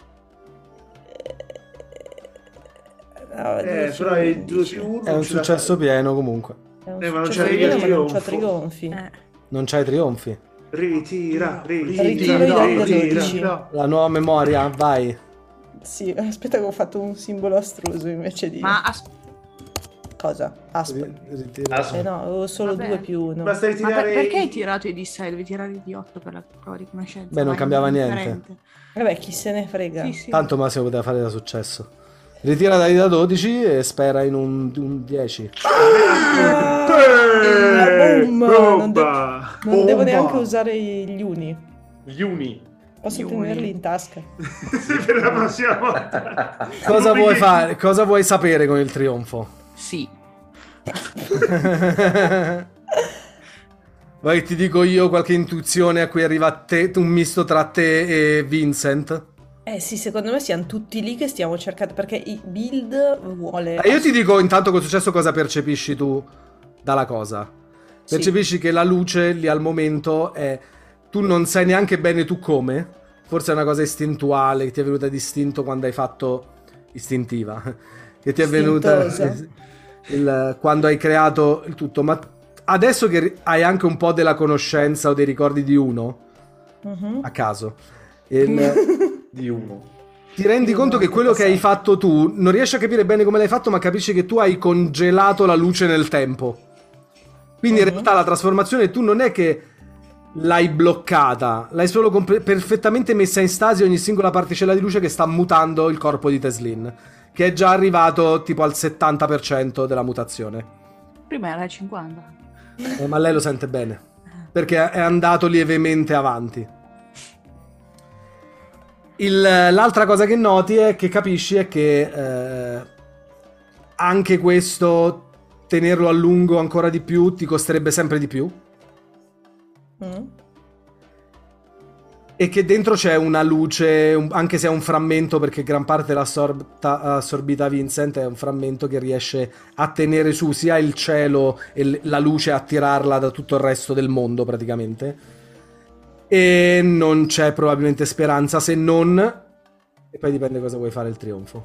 No, Eh, dodici, però hai due undici. più uno. È un successo pieno comunque. È un Eh, ma non successo c'arrivi pieno, al ma non c'ho trionfo. trionfi. Eh. Non c'hai trionfi. Ritira, ritira, Ritiro i dadi da ritira. dodici. La nuova memoria, vai. Sì, aspetta che ho fatto un simbolo astruso invece di... Ma as- Cosa? Aspetta. Ri- ritira. Eh no, avevo solo Vabbè. due più uno. Basta ma per- ritirare perché hai i- tirato i D sei? Devi tirare i D otto per la prova di conoscenza. Beh, non Vai, cambiava niente. indifferente. Vabbè, chi se ne frega. Sì, sì. Tanto Massimo poteva fare da successo. Ritira dai da dodici e spera in un, un dieci. Eh, Boom! Non, de- bomba! non devo Bomba! neanche usare gli uni. Gli uni. Posso Gli uni. tenerli in tasca. Sì, per la prossima volta. Cosa Come vuoi che- fare? Cosa vuoi sapere con il trionfo? Sì. Vai, ti dico io qualche intuizione a cui arriva a te, un misto tra te e Vincent. Eh sì, secondo me siamo tutti lì che stiamo cercando, perché il build vuole... Eh, io ti dico intanto col successo cosa percepisci tu dalla cosa. Sì. Percepisci che la luce lì al momento è... Tu non sai neanche bene tu come. Forse è una cosa istintuale che ti è venuta d'istinto quando hai fatto... Istintiva. Che ti è venuta... Istintosa. il- quando hai creato il tutto. Ma adesso che ri- hai anche un po' della conoscenza o dei ricordi di uno, Mhm. a caso, il- Di uno. ti rendi Io conto non che ho quello che hai passato. fatto tu non riesci a capire bene come l'hai fatto, ma capisci che tu hai congelato la luce nel tempo. Quindi in Mhm. realtà la trasformazione tu non è che l'hai bloccata, l'hai solo comple- perfettamente messa in stasi ogni singola particella di luce che sta mutando il corpo di Teslin, che è già arrivato tipo al settanta per cento della mutazione. Prima era il cinquanta. Eh, ma lei lo sente bene, perché è andato lievemente avanti. Il- l'altra cosa che noti è che capisci è che eh, anche questo, tenerlo a lungo ancora di più, ti costerebbe sempre di più. Mm. e che dentro c'è una luce, un- anche se è un frammento, perché gran parte dell'assorbita- assorbita Vincent è un frammento che riesce a tenere su sia il cielo e l- la luce, a tirarla da tutto il resto del mondo praticamente. E non c'è probabilmente speranza, se non... E poi dipende cosa vuoi fare il trionfo.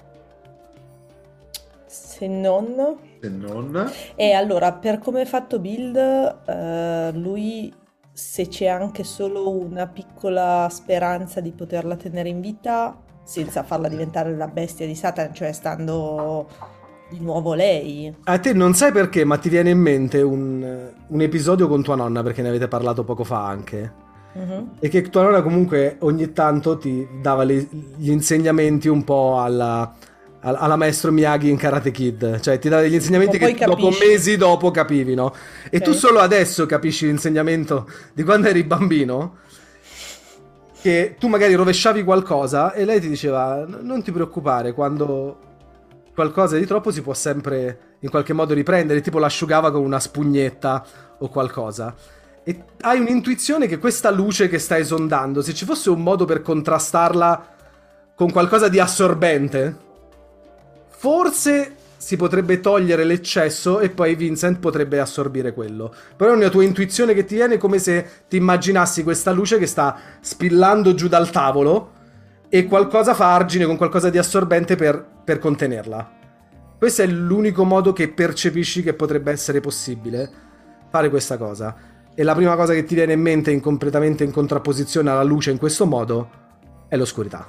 Se non... Se non... E allora, per come è fatto build, eh, lui, se c'è anche solo una piccola speranza di poterla tenere in vita, senza farla diventare la bestia di Satan, cioè stando di nuovo lei. A te non sai perché, ma ti viene in mente un, un episodio con tua nonna, perché ne avete parlato poco fa anche. Mhm. E che tua nonna comunque ogni tanto ti dava le- gli insegnamenti un po' alla, al- alla maestro Miyagi in Karate Kid. Cioè ti dava degli insegnamenti Poi che dopo capisci. mesi dopo capivi, no? E tu Ok. solo adesso capisci l'insegnamento di quando eri bambino, che tu magari rovesciavi qualcosa e lei ti diceva: "N- non ti preoccupare, quando qualcosa è di troppo si può sempre in qualche modo riprendere", tipo l'asciugava con una spugnetta o qualcosa. E hai un'intuizione che questa luce che sta esondando, se ci fosse un modo per contrastarla con qualcosa di assorbente, forse si potrebbe togliere l'eccesso e poi Vincent potrebbe assorbire quello. Però è una tua intuizione che ti viene, come se ti immaginassi questa luce che sta spillando giù dal tavolo e qualcosa fa argine con qualcosa di assorbente per, per contenerla. Questo è l'unico modo che percepisci che potrebbe essere possibile fare questa cosa. E la prima cosa che ti viene in mente, in completamente in contrapposizione alla luce in questo modo, è l'oscurità.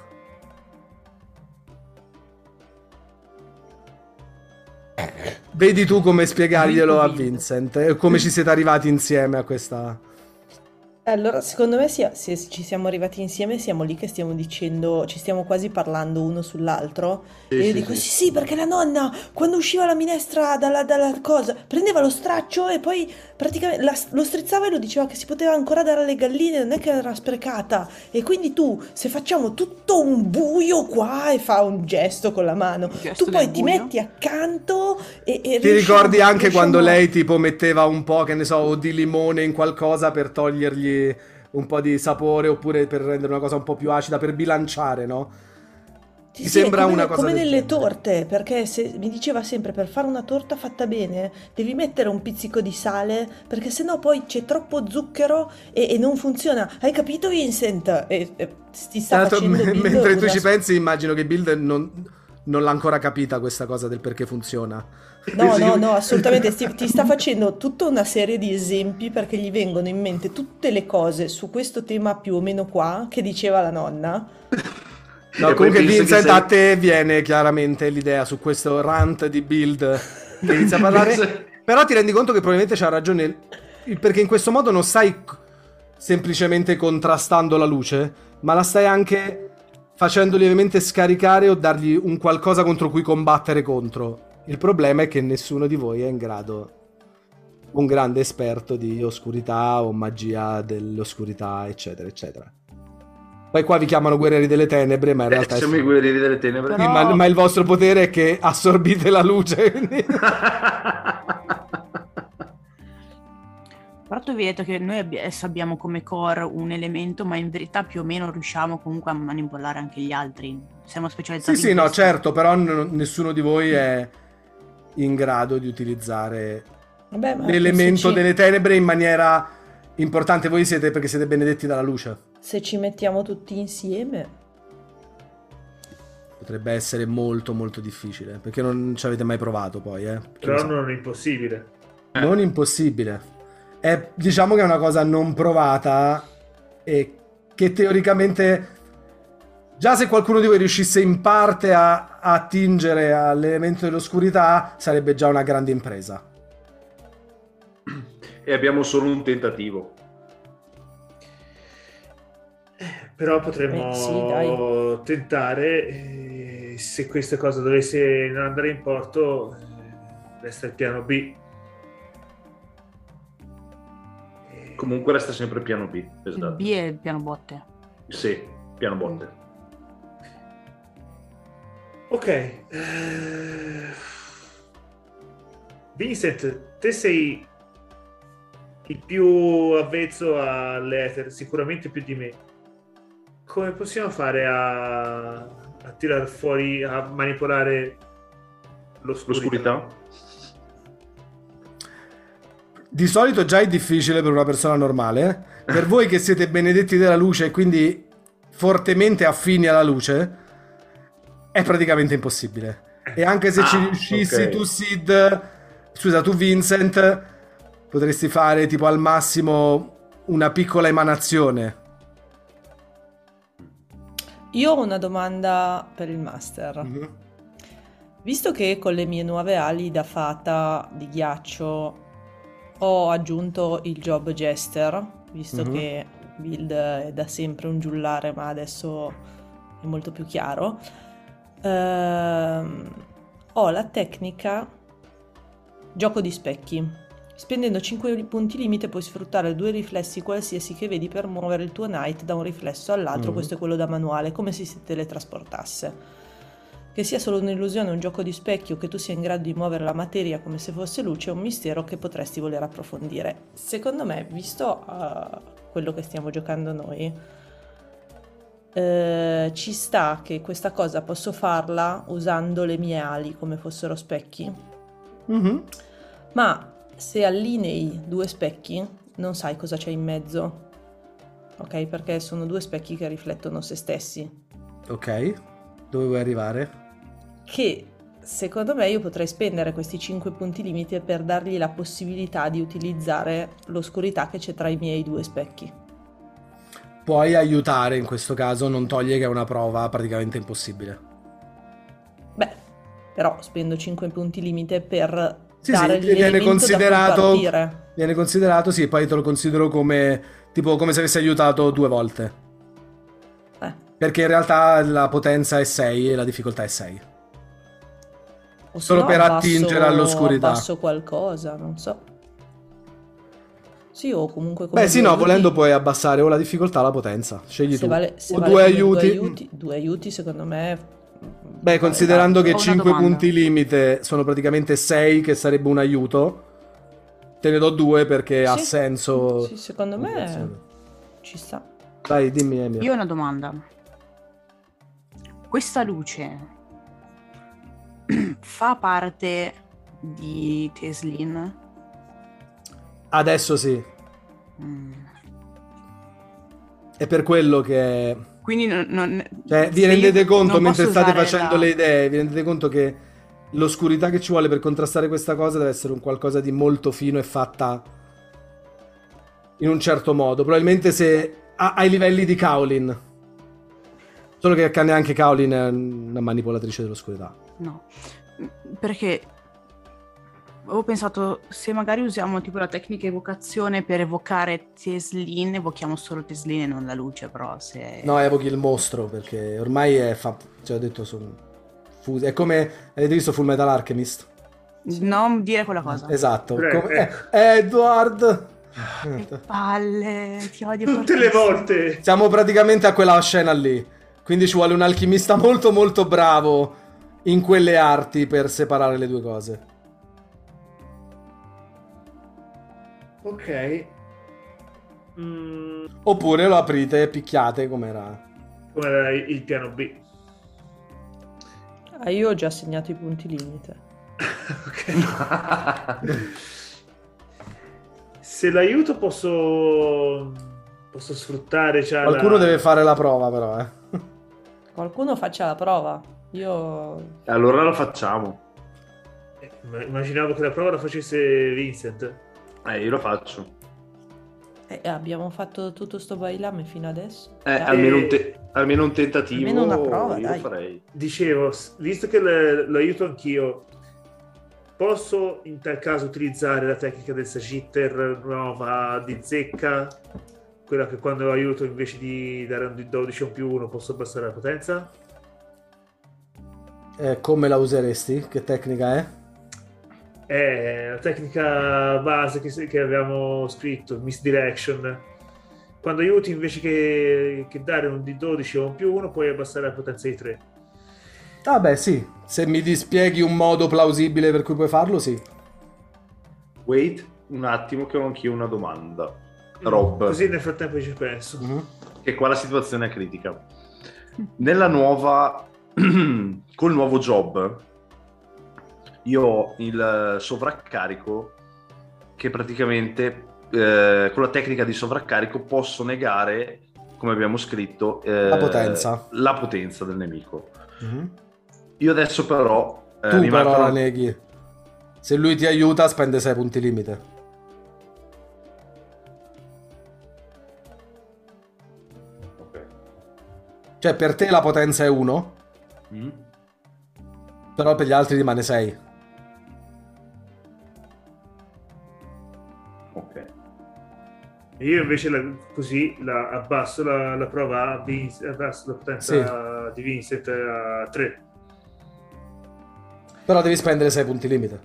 Vedi tu come spiegarglielo a Vincent e come ci siete arrivati insieme a questa... Allora, secondo me sia- se ci siamo arrivati insieme, siamo lì che stiamo dicendo, ci stiamo quasi parlando uno sull'altro. Sì, e io sì, dico: sì. sì, sì, perché la nonna, quando usciva la minestra dalla, dalla cosa, prendeva lo straccio e poi praticamente la- lo strizzava e lo diceva che si poteva ancora dare alle galline, non è che era sprecata. E quindi tu, se facciamo tutto un buio qua, e fa un gesto con la mano, gesto tu poi del ti buio. metti accanto e, e Ti riusciamo- ricordi anche riusciamo quando a- lei tipo metteva un po', che ne so, o di limone in qualcosa per togliergli un po' di sapore, oppure per rendere una cosa un po' più acida, per bilanciare, no? Sì, Mi sì, è sembra come, una cosa come del nelle genere. torte, perché se, mi diceva sempre, per fare una torta fatta bene devi mettere un pizzico di sale, perché sennò poi c'è troppo zucchero e, e non funziona. Hai capito, Vincent? E, e ti sta Tanto, facendo me- Bill mentre tu una- ci pensi, immagino che Build non, non l'ha ancora capita questa cosa del perché funziona. No, no, no, assolutamente. Ti, ti sta facendo tutta una serie di esempi perché gli vengono in mente tutte le cose su questo tema più o meno qua che diceva la nonna. No, E poi comunque penso che Vincent, sei- a te viene chiaramente l'idea su questo rant di Build che inizia a parlare, però ti rendi conto che probabilmente c'ha ragione il- il- perché in questo modo non stai c- semplicemente contrastando la luce, ma la stai anche facendo lievemente scaricare o dargli un qualcosa contro cui combattere contro. Il problema è che nessuno di voi è in grado, un grande esperto di oscurità o magia dell'oscurità, eccetera, eccetera. Poi qua vi chiamano guerrieri delle tenebre, ma in Eh, realtà è siamo i guerrieri delle tenebre. sì, ma, ma il vostro potere è che assorbite la luce. quindi- Però tu avevi detto che noi abbi- adesso abbiamo come core un elemento, ma in verità più o meno riusciamo comunque a manipolare anche gli altri. Siamo Sì, specializzati sì, in no, questo. certo, però n- nessuno di voi è in grado di utilizzare Vabbè, ma l'elemento se ci, delle tenebre in maniera importante. Voi siete perché siete benedetti dalla luce. se ci mettiamo tutti insieme. Potrebbe essere molto molto difficile, perché non ci avete mai provato poi, eh. Chi lo Però sa. non è impossibile. Non impossibile. È, diciamo che è una cosa non provata e che teoricamente, già se qualcuno di voi riuscisse in parte a, a attingere all'elemento dell'oscurità, sarebbe già una grande impresa. E abbiamo solo un tentativo. Però potremmo Eh, sì, dai. tentare, eh, se questa cosa dovesse non andare in porto, eh, resta il piano B. Comunque resta sempre piano B. Il Esatto. B è il piano botte. Sì, piano botte. Ok. eh, Vincent, te sei il più avvezzo all'ether, sicuramente più di me. come possiamo fare a, a tirare fuori, a manipolare l'oscurità? L'oscurità? Di solito già è difficile per una persona normale. eh. Per voi che siete benedetti della luce e quindi fortemente affini alla luce, è praticamente impossibile. E anche se Ah, ci riuscissi ok. tu, Sid, scusa, tu, Vincent, potresti fare tipo al massimo una piccola emanazione. Io ho una domanda per il master. Mhm. Visto che con le mie nuove ali da fata di ghiaccio ho aggiunto il job jester, visto Mhm. che Build è da sempre un giullare, ma adesso è molto più chiaro, ehm, ho la tecnica gioco di specchi. Spendendo cinque punti limite puoi sfruttare due riflessi qualsiasi che vedi per muovere il tuo knight da un riflesso all'altro. Mhm. Questo è quello da manuale, come se si teletrasportasse. Che sia solo un'illusione, un gioco di specchi o che tu sia in grado di muovere la materia come se fosse luce è un mistero che potresti voler approfondire. Secondo me, visto uh, quello che stiamo giocando noi, eh, ci sta che questa cosa posso farla usando le mie ali come fossero specchi. Mhm. Ma se allinei due specchi, non sai cosa c'è in mezzo. Ok? Perché sono due specchi che riflettono se stessi. Ok, dove vuoi arrivare? Che secondo me io potrei spendere questi cinque punti limite per dargli la possibilità di utilizzare l'oscurità che c'è tra i miei due specchi. Puoi aiutare in questo caso, non toglie che è una prova praticamente impossibile. Beh, però spendo cinque punti limite per Sì, dare sì, viene l'elemento da cui considerato, partire. viene considerato, sì, poi te lo considero come tipo come se avessi aiutato due volte. Eh. Perché in realtà la potenza è sei e la difficoltà è sei. O se Solo no per abbasso- attingere all'oscurità. Abbasso qualcosa, non so. Sì, o comunque come Beh, sì, due no, aiuti. volendo puoi abbassare o la difficoltà o la potenza. Scegli Se tu. vale, se o vale due come aiuti. Due aiuti, due aiuti secondo me. Beh, considerando che Ho una cinque domanda. punti limite sono praticamente sei, che sarebbe un aiuto, te ne do due perché ha Sì. senso. Sì, secondo me ci sta. Dai, dimmi, Emia. Io ho una domanda. Questa luce fa parte di Teslin? Adesso sì. Mm. È per quello che... Quindi non, non- Cioè, vi se rendete io conto non mentre posso state usare facendo la- le idee, vi rendete conto che l'oscurità che ci vuole per contrastare questa cosa deve essere un qualcosa di molto fino e fatta in un certo modo. Probabilmente se a- ai livelli di Kaolin. Solo che neanche Kaolin è una manipolatrice dell'oscurità. No, perché avevo pensato se magari usiamo tipo la tecnica evocazione per evocare Teslin, evochiamo solo Teslin e non la luce, però se... No, evochi il mostro perché ormai è fatto. Cioè, ho detto sono fusi. È come avete visto Full Metal Alchemist? Non dire quella cosa. Esatto. Prego, Come- ecco. eh, Edward. Che palle, ti odio Tutte le fortissimo. volte. Siamo praticamente a quella scena lì. Quindi ci vuole un alchimista molto molto bravo in quelle arti per separare le due cose. Ok. Mm, Oppure lo aprite e picchiate com'era. come era il piano B. Ah, io ho già segnato i punti limite. Ok. Se l'aiuto posso posso sfruttare già Qualcuno la- deve fare la prova però, eh. Qualcuno faccia la prova. Io Allora la facciamo. Eh, ma- immaginavo che la prova la facesse Vincent. Eh, io lo faccio. eh, abbiamo fatto tutto sto bailame fino adesso. Eh, Dai. almeno, un te- almeno un tentativo. Almeno una prova, io dai. lo farei. Dicevo, s- visto che le- lo aiuto anch'io, posso in tal caso utilizzare la tecnica del Sagitter nuova di zecca, quella che quando aiuto invece di dare un dodici o un più uno posso abbassare la potenza? Eh, come la useresti? Che tecnica è? È la tecnica base che, che abbiamo scritto, Misdirection. Quando aiuti invece che, che dare un di dodici o un più uno puoi abbassare la potenza di tre. Ah beh sì, se mi dispieghi un modo plausibile per cui puoi farlo, sì. Wait un attimo che ho anch'io una domanda. Rob. Così nel frattempo ci penso. Mm-hmm. Che qua la situazione è critica. Nella nuova... col nuovo job, io ho il sovraccarico che praticamente, eh, con la tecnica di sovraccarico, posso negare, come abbiamo scritto, eh, la potenza. La potenza del nemico. Mm-hmm. Io adesso però... Eh, tu mi però mancano... la neghi. Se lui ti aiuta spende sei punti limite. Ok. Cioè per te la potenza è uno, Mm. però per gli altri rimane sei. Ok. E io invece la, così la, abbasso la, la prova a Vince, abbasso la potenza di Vincent a tre. Però devi spendere sei punti limite.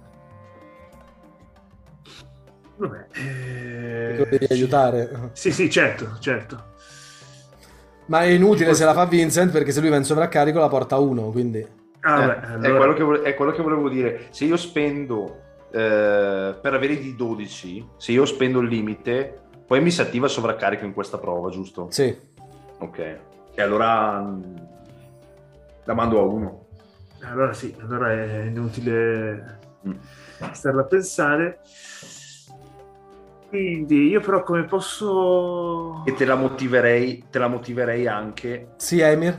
Vabbè. Perché lo devi aiutare. Sì, sì, certo, certo. Ma è inutile se la fa Vincent, perché se lui va in sovraccarico la porta a uno, quindi... Ah, Eh, vabbè, è, allora... quello che vole- è quello che volevo dire. Se io spendo eh, per avere di dodici, se io spendo il limite, poi mi si attiva il sovraccarico in questa prova, giusto? Sì. Ok. E allora mh, la mando a uno. Allora sì, allora è inutile Mm. starla a pensare. Quindi io però come posso... E te la motiverei, te la motiverei anche. Sì, Emir?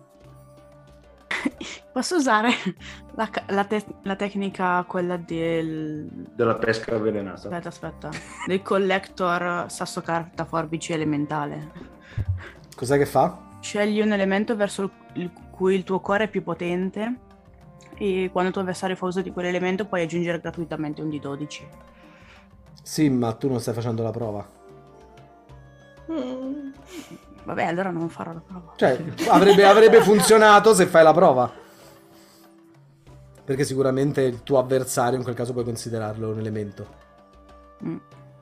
Posso usare la, ca- la te- la tecnica, quella del... Della pesca avvelenata. Aspetta, aspetta. Del collector sasso carta forbice elementale. Cos'è che fa? Scegli un elemento verso il, il cui il tuo core è più potente e quando il tuo avversario fa uso di quell'elemento puoi aggiungere gratuitamente un di dodici. Sì, ma tu non stai facendo la prova. Mm. Vabbè, allora non farò la prova. Cioè, avrebbe, avrebbe funzionato se fai la prova. Perché sicuramente il tuo avversario in quel caso puoi considerarlo un elemento. Mm.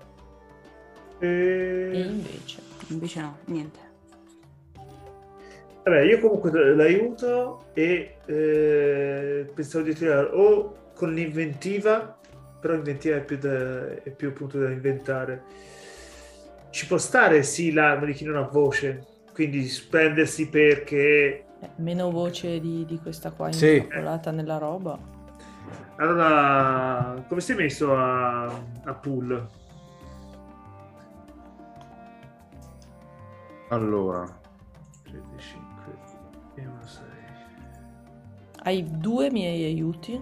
E... E invece... Invece no, niente. Vabbè, io comunque l'aiuto e eh, pensavo di tirare o con l'inventiva, però l'inventiva è più, da, è più appunto da inventare. Ci può stare sì l'arma di chi non ha voce, quindi spendersi perché... Eh, meno voce di, di questa qua Sì. intrappolata nella roba. Allora, come sei messo a, a pool? Allora, tre, cinque e uno, sei. Hai due miei aiuti.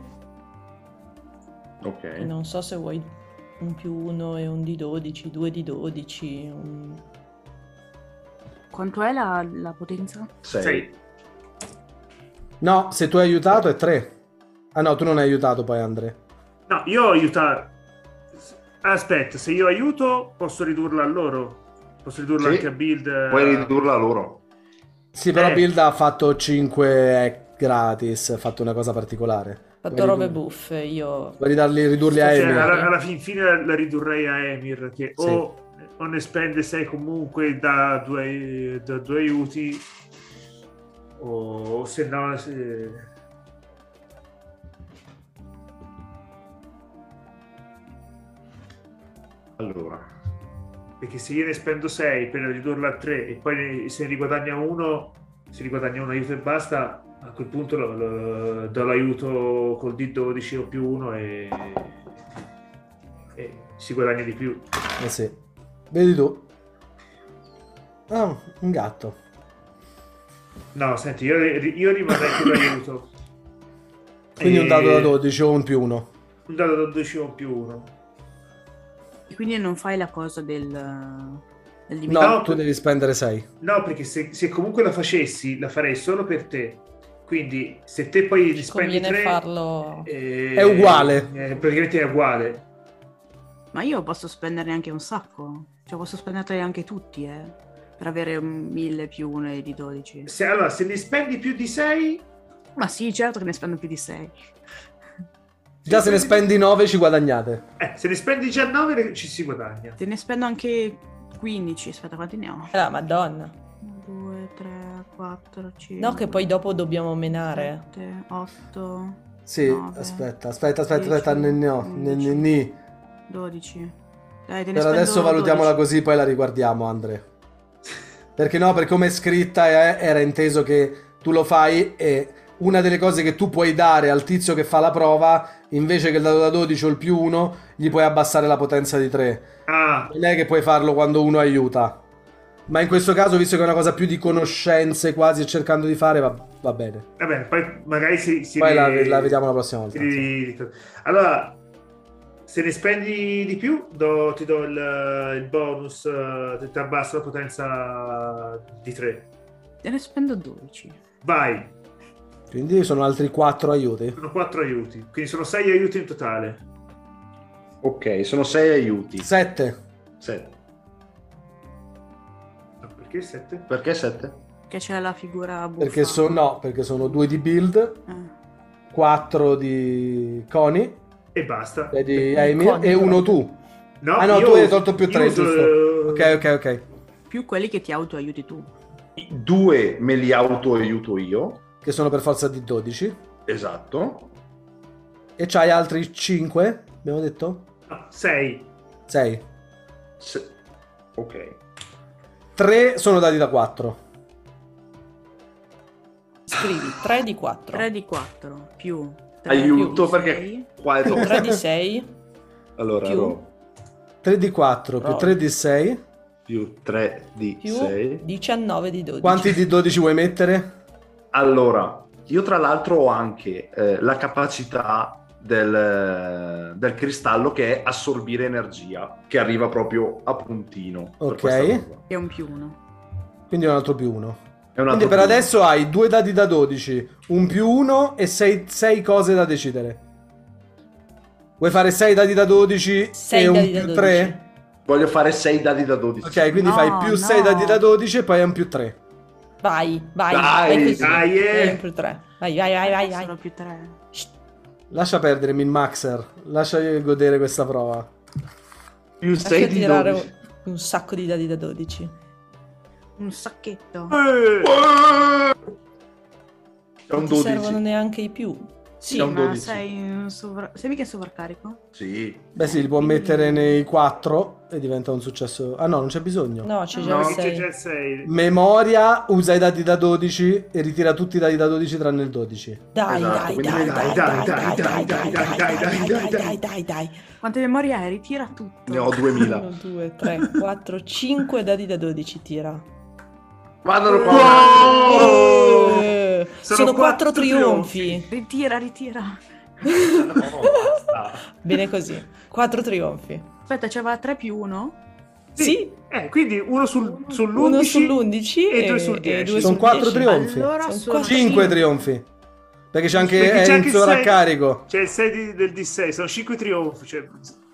ok. E non so se vuoi un più uno e un di dodici, due di dodici. Un... Quanto è la, la potenza? Sei. Sei. No, se tu hai aiutato è tre. Ah no, tu non hai aiutato poi, Andre. No, io ho aiutato. Aspetta, se io aiuto posso ridurla a loro. Posso ridurla Sì. anche a build. Puoi ridurla a loro. Sì, però Eh. Build ha fatto cinque gratis, ha fatto una cosa particolare. Ho fatto Vuoi robe ridur- buffe, io... Vuoi ridarli, ridurli a Cioè, Emir? alla, alla fin fine la, la ridurrei a Emir, che Sì. o, o ne spende sei comunque da due, da due aiuti, o se no... Se... Allora, Perché se io ne spendo sei per ridurla a tre e poi ne- se ne riguadagna uno, si riguadagna un aiuto e basta, a quel punto lo, lo- do l'aiuto col D dodici o più uno e, e si guadagna di più. Eh sì. Vedi tu. Ah, un gatto. No, senti, io, io rimarrei con l'aiuto. Quindi E- un dado da dodici o un più uno. Un dado da dodici o più uno. E quindi non fai la cosa del, del No, dividendo? No, tu devi spendere sei. No, perché se, se comunque la facessi, la farei solo per te. Quindi se te poi Ci spendi conviene tre... farlo... eh, È uguale. eh, praticamente è uguale. Ma io posso spenderne anche un sacco. Cioè posso spenderne anche tutti, eh. Per avere un mille più uno e di dodici. Se, allora, se ne spendi più di sei... Ma sì, certo che ne spendo più di sei. Già se ne spendi nove ci guadagnate. Eh, se ne spendi già nove ci si guadagna. Te ne spendo anche quindici. Aspetta, quanti ne ho? Ah, madonna. due, tre, quattro, cinque... No, che poi dopo dobbiamo menare. sette, otto, Sì, nove, aspetta, aspetta, aspetta, aspetta, dieci, ne ne ho, ne ne undici. ne. dodici, Dai, te ne Per spendo adesso valutiamola dodici. così, poi la riguardiamo, Andre. Perché no, per come è scritta eh, era inteso che tu lo fai e una delle cose che tu puoi dare al tizio che fa la prova, invece che il dado da dodici o il più uno, gli puoi abbassare la potenza di tre. Ah, Non è che puoi farlo quando uno aiuta. Ma in questo caso, visto che è una cosa più di conoscenze quasi cercando di fare, va, va bene. vabbè, poi magari si... si Poi la, ri- la vediamo la prossima volta. si ri- Allora, se ne spendi di più, do- ti do il, il bonus, eh, ti abbasso la potenza di tre. Te ne spendo dodici. Vai, Quindi sono altri quattro aiuti. sono quattro aiuti, quindi sono sei aiuti in totale. Ok, sono sei aiuti. sette. Sette. No, perché sette? Perché sette? Che c'è la figura buffa. Perché sono no, perché sono due di build, Eh. quattro di Connie, E basta. e di Eh, Emir Connie, e però. uno tu. No, Ah no, io- tu hai tolto più io tre, uso- giusto? Ok, ok, ok. Più quelli che ti auto-aiuti tu. Due me li auto aiuto io. Che sono per forza di dodici. Esatto. E c'hai altri cinque, abbiamo detto? No, sei. sei. Se- Ok. tre sono dati da quattro. Scrivi tre di quattro. tre di quattro più tre Aiuto più perché sei. qua è troppo. tre di sei. Allora, più. no. tre di quattro più No. tre di sei. Più tre di Più sei. diciannove di dodici. Quanti di dodici vuoi mettere? Allora, io tra l'altro ho anche eh, la capacità del, del cristallo che è assorbire energia, che arriva proprio a puntino. per Ok. questa roba. È un più uno. Quindi un altro più uno. È un Quindi altro per più. adesso hai due dadi da dodici, un più uno e sei, sei cose da decidere. Vuoi fare sei dadi da dodici Sei e un dadi da più dodici. tre? Voglio fare sei dadi da dodici. Ok, quindi No, fai più no. sei dadi da dodici e poi hai un più tre. Vai, vai, Dai, vai così. dai, eh. Vai più tre. Vai, vai, vai, vai, vai. Sono più tre. Lascia perdere Min-Maxer, lascia godere questa prova. Più sei Lascia di tirare dodici. un, un sacco di dadi da dodici. Un sacchetto. Eh, È un Non ti servono dodici. neanche i più. Sì, È un ma dodici. sei, in sovra... sei mica in sovraccarico? Sì. Beh sì, li può mettere nei quattro e diventa un successo. Ah no, non c'è bisogno. No, c'è già no, il che c'è sei. già il sei. Memoria, usa i dadi da dodici e ritira tutti i dadi da dodici tranne il dodici. Dai, Esatto, dai, quindi dai, dai, dai, dai, dai, dai, dai, dai, dai, dai, dai, dai, dai. Quante memorie hai? Ritira tutto. Ne ho duemila. uno, due, tre, quattro, cinque dadi da dodici tira. Guardalo qua. Wow! Eh, Sono Sono quattro quattro trionfi. Ritira, ritira. No, basta. Bene così. Quattro trionfi. Aspetta, c'era tre più uno? Sì, Eh, quindi uno sul, uno sull'undici sull'undici e e, due sul e dieci. due Sono sul quattro dieci. trionfi. Allora Sono sono quattro. cinque trionfi. Perché c'è anche Perché c'è anche Enzo il sei. Raccarico. C'è il sei di- del D sei, sono cinque trionfi. Cioè...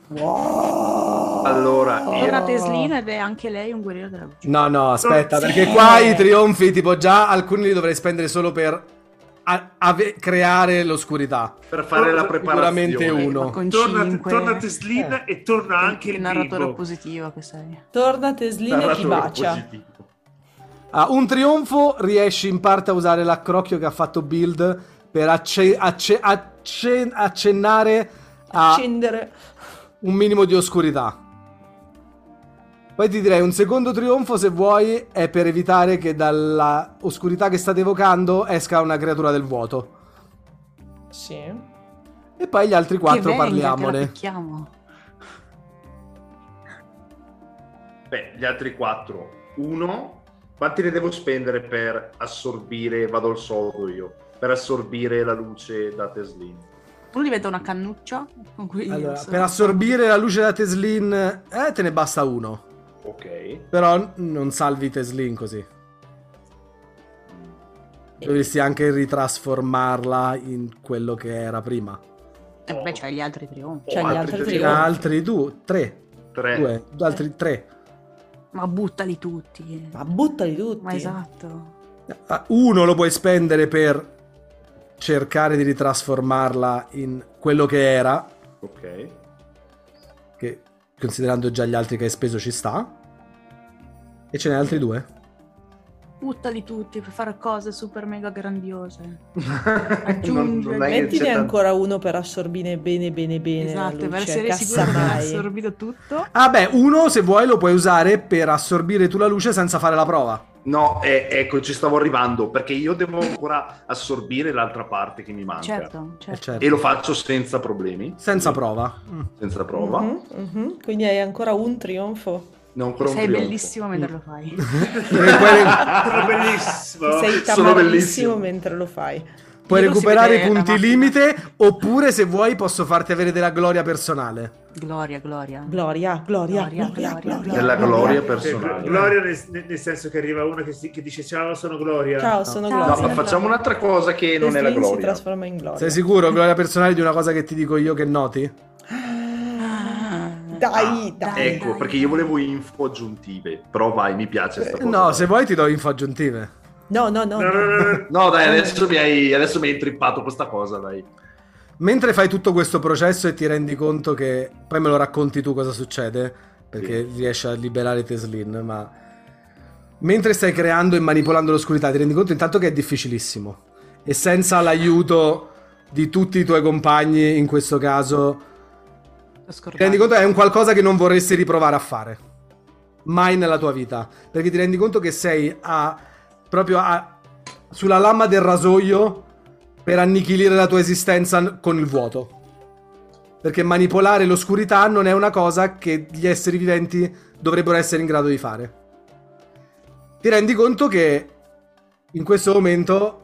Allora, io... Era Teslina ed è anche lei un guerriero della luce. No, no, aspetta, Sì. perché qua i trionfi, tipo già alcuni li dovrei spendere solo per a- ave- creare l'oscurità. per fare la Sicuramente preparazione. uno. Ma con Torna, cinque. torna Teslin e torna anche Che il narratore bimbo. positivo che sei. Torna Teslina e ti Narratore bacia. positivo. Ah, un trionfo riesci in parte a usare l'accrocchio che ha fatto Build per acce- acce- acce- accennare a Scendere. un minimo di oscurità. Poi ti direi un secondo trionfo, se vuoi, è per evitare che dalla oscurità che state evocando esca una creatura del vuoto. Sì. E poi gli altri quattro che venga, Che la parliamone. picchiamo. Beh, gli altri quattro. Uno, quanti ne devo spendere per assorbire, vado al sodo io, per assorbire la luce da Teslin? Uno diventa una cannuccia con cui Allora, sono- per assorbire la luce da Teslin, eh, te ne basta uno. Ok. Però n- non salvi Teslin così. Dovresti anche ritrasformarla in quello che era prima. Eh, beh, c'hai gli altri trionfi. C'è gli altri altri tre. trionfi. Altri due, tre. Tre. Due, altri tre. Ma buttali tutti. Ma buttali tutti. Ma esatto. Ah, uno lo puoi spendere per cercare di ritrasformarla in quello che era, Ok. che considerando già gli altri che hai speso ci sta. E ce n'è altri due. buttali tutti per fare cose super mega grandiose. Non- non è che Mettine c'è tanto- ancora uno per assorbire bene bene bene Esatto, la per luce, essere sicuro che hai cassamai. assorbito tutto. Ah beh, uno se vuoi lo puoi usare per assorbire tu la luce senza fare la prova. No, eh, ecco, ci stavo arrivando, perché io devo ancora assorbire l'altra parte che mi manca. Certo, Eh, certo. certo. E lo faccio senza problemi. Senza Sì, prova. Mm. Senza prova. Mhm, mhm. Quindi hai ancora un trionfo. Ne ho ancora un Sei trionfo. bellissimo mentre lo fai. Sono bellissimo. Sei Sono tamarrissimo bellissimo. mentre lo fai. Puoi Io non si recuperare vede i la punti macchina. limite, oppure se vuoi posso farti avere della gloria personale. Gloria, gloria. Gloria, gloria, Gloria, gloria, gloria, gloria. Della gloria Cioè, personale. Gloria nel, nel- nel senso che arriva uno che, si- che dice ciao, sono Gloria. Ciao, sono Ciao, No, Gloria. ma facciamo un'altra cosa che non è la Teslin si gloria. trasforma in Gloria. Sei sicuro, gloria personale, di una cosa che ti dico io che noti? Ah, Dai, dai. Ecco, perché io volevo info aggiuntive, però vai, mi piace sta cosa. No, se vuoi ti do info aggiuntive. No, no, no. No, no, no, no. No, dai, adesso mi hai, adesso mi hai intrippato questa cosa, dai. Mentre fai tutto questo processo e ti rendi conto che... Poi me lo racconti tu cosa succede, perché riesci a liberare Teslin, ma... Mentre stai creando e manipolando l'oscurità ti rendi conto intanto che è difficilissimo. E senza l'aiuto di tutti i tuoi compagni, in questo caso... Ti rendi conto che è un qualcosa che non vorresti riprovare a fare. Mai nella tua vita. Perché ti rendi conto che sei a... proprio a... sulla lama del rasoio per annichilire la tua esistenza con il vuoto. Perché manipolare l'oscurità non è una cosa che gli esseri viventi dovrebbero essere in grado di fare. Ti rendi conto che in questo momento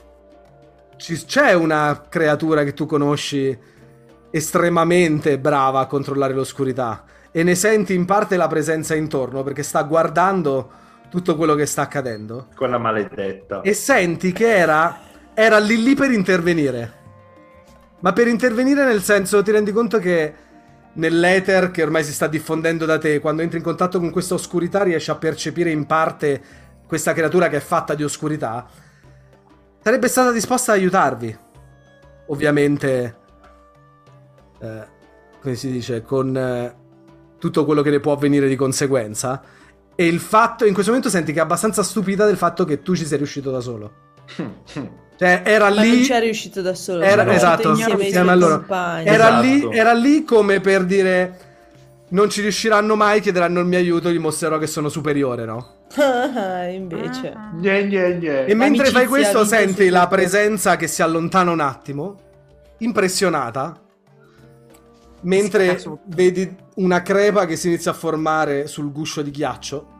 ci- c'è una creatura che tu conosci estremamente brava a controllare l'oscurità e ne senti in parte la presenza intorno perché sta guardando tutto quello che sta accadendo Quella maledetta. e senti che era era lì lì per intervenire, ma per intervenire nel senso, ti rendi conto che nell'ether che ormai si sta diffondendo da te, quando entri in contatto con questa oscurità riesci a percepire in parte questa creatura che è fatta di oscurità, sarebbe stata disposta ad aiutarvi, ovviamente eh, come si dice, con eh, tutto quello che ne può avvenire di conseguenza. E il fatto, in questo momento senti che è abbastanza stupita del fatto che tu ci sei riuscito da solo. Cioè era Ma lì, non c'è riuscito da solo. era, siamo esatto, stati insieme ai insieme a suoi loro. compagni. Era, Esatto. lì, era lì come per dire non ci riusciranno mai, chiederanno il mio aiuto, gli mostrerò che sono superiore, no? Ah, invece. Gne, gne, gne. E mentre fai L'amicizia questo ha vinto senti su la tutto. presenza che si allontana un attimo, impressionata, mentre Si cazzo. vedi una crepa che si inizia a formare sul guscio di ghiaccio.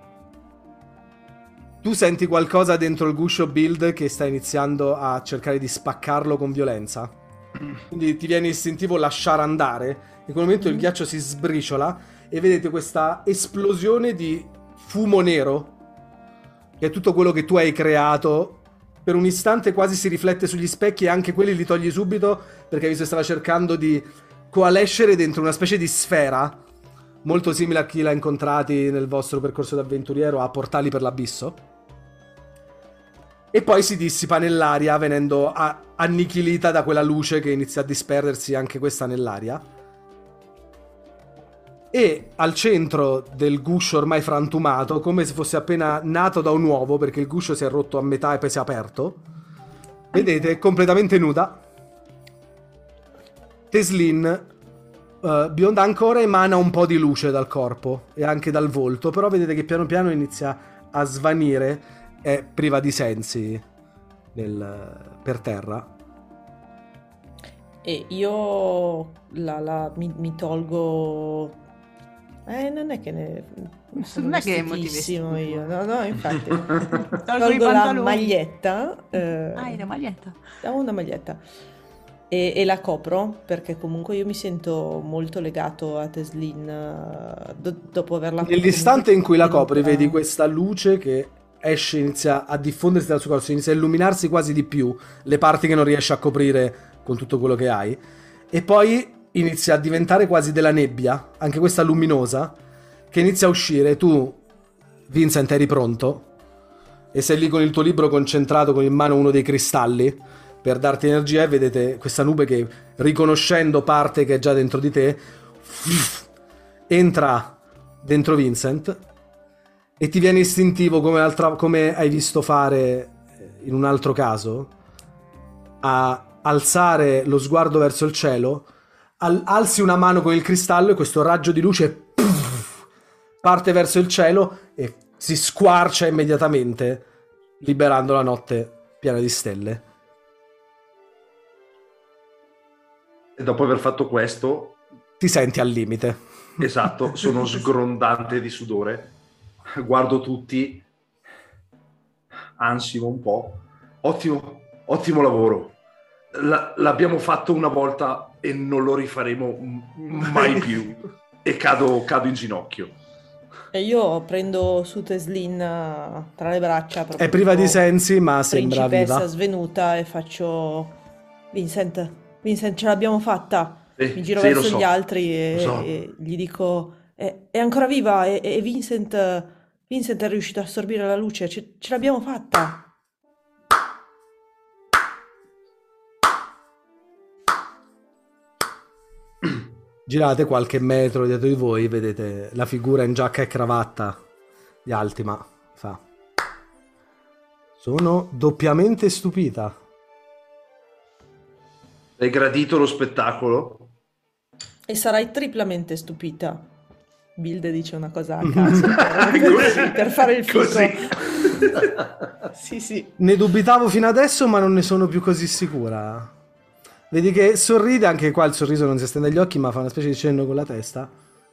Tu senti qualcosa dentro il guscio Build che sta iniziando a cercare di spaccarlo con violenza. Quindi ti viene istintivo lasciare andare. In quel momento il ghiaccio si sbriciola e vedete questa esplosione di fumo nero, che è tutto quello che tu hai creato. Per un istante quasi si riflette sugli specchi e anche quelli li togli subito perché hai visto che stava cercando di coalescere dentro una specie di sfera molto simile a chi l'ha incontrati nel vostro percorso d'avventuriero a Portali per l'Abisso. E poi si dissipa nell'aria venendo a- annichilita da quella luce che inizia a disperdersi anche questa nell'aria. E al centro del guscio ormai frantumato, come se fosse appena nato da un uovo, perché il guscio si è rotto a metà e poi si è aperto, vedete completamente nuda Teslin. Uh, bionda ancora emana un po' di luce dal corpo e anche dal volto, però vedete che piano piano inizia a svanire, è priva di sensi nel, per terra. E io la, la- mi, mi tolgo. Eh, non è che ne. Sono Non è che vestitissimo motivi- io. No, no, infatti. Tolgo i Tolgo la pantaloni. maglietta. eh, Ah, è la maglietta. Ho una maglietta. E, e la copro perché comunque io mi sento molto legato a Teslin eh, do- dopo averla. Nell'istante in cui la copri tenuta- vedi questa luce che esce, inizia a diffondersi dal suo corpo, inizia a illuminarsi quasi di più le parti che non riesci a coprire con tutto quello che hai, e poi inizia a diventare quasi della nebbia, anche questa luminosa, che inizia a uscire. Tu, Vincent, eri pronto e sei lì con il tuo libro concentrato, con in mano uno dei cristalli per darti energia, e vedete questa nube che, riconoscendo parte che è già dentro di te, entra dentro Vincent e ti viene istintivo, come, altra, come hai visto fare in un altro caso, a alzare lo sguardo verso il cielo, al, alzi una mano con il cristallo e questo raggio di luce puff, parte verso il cielo e si squarcia immediatamente, liberando la notte piena di stelle. E dopo aver fatto questo... Ti senti al limite. Esatto, sono sgrondante di sudore. Guardo tutti, ansimo un po'. Ottimo, ottimo lavoro. La, l'abbiamo fatto una volta e non lo rifaremo mai più. E cado, cado in ginocchio. E io prendo su Teslin tra le braccia. È priva di sensi, ma sembra principessa viva. svenuta e faccio: Vincent, Vincent, ce l'abbiamo fatta. Eh, Mi giro sì, verso lo so, gli altri e, so. e gli dico: è, è ancora viva e, e Vincent, Vincent è riuscito a assorbire la luce, ce, ce l'abbiamo fatta. Girate qualche metro dietro di voi, vedete la figura in giacca e cravatta di Altima. Fa: sono doppiamente stupita. Hai gradito lo spettacolo? E sarai triplamente stupita. Bilde dice una cosa a caso per, per fare il figo. Sì, sì. Ne dubitavo fino adesso, ma non ne sono più così sicura. Vedi che sorride, anche qua il sorriso non si estende agli occhi, ma fa una specie di cenno con la testa.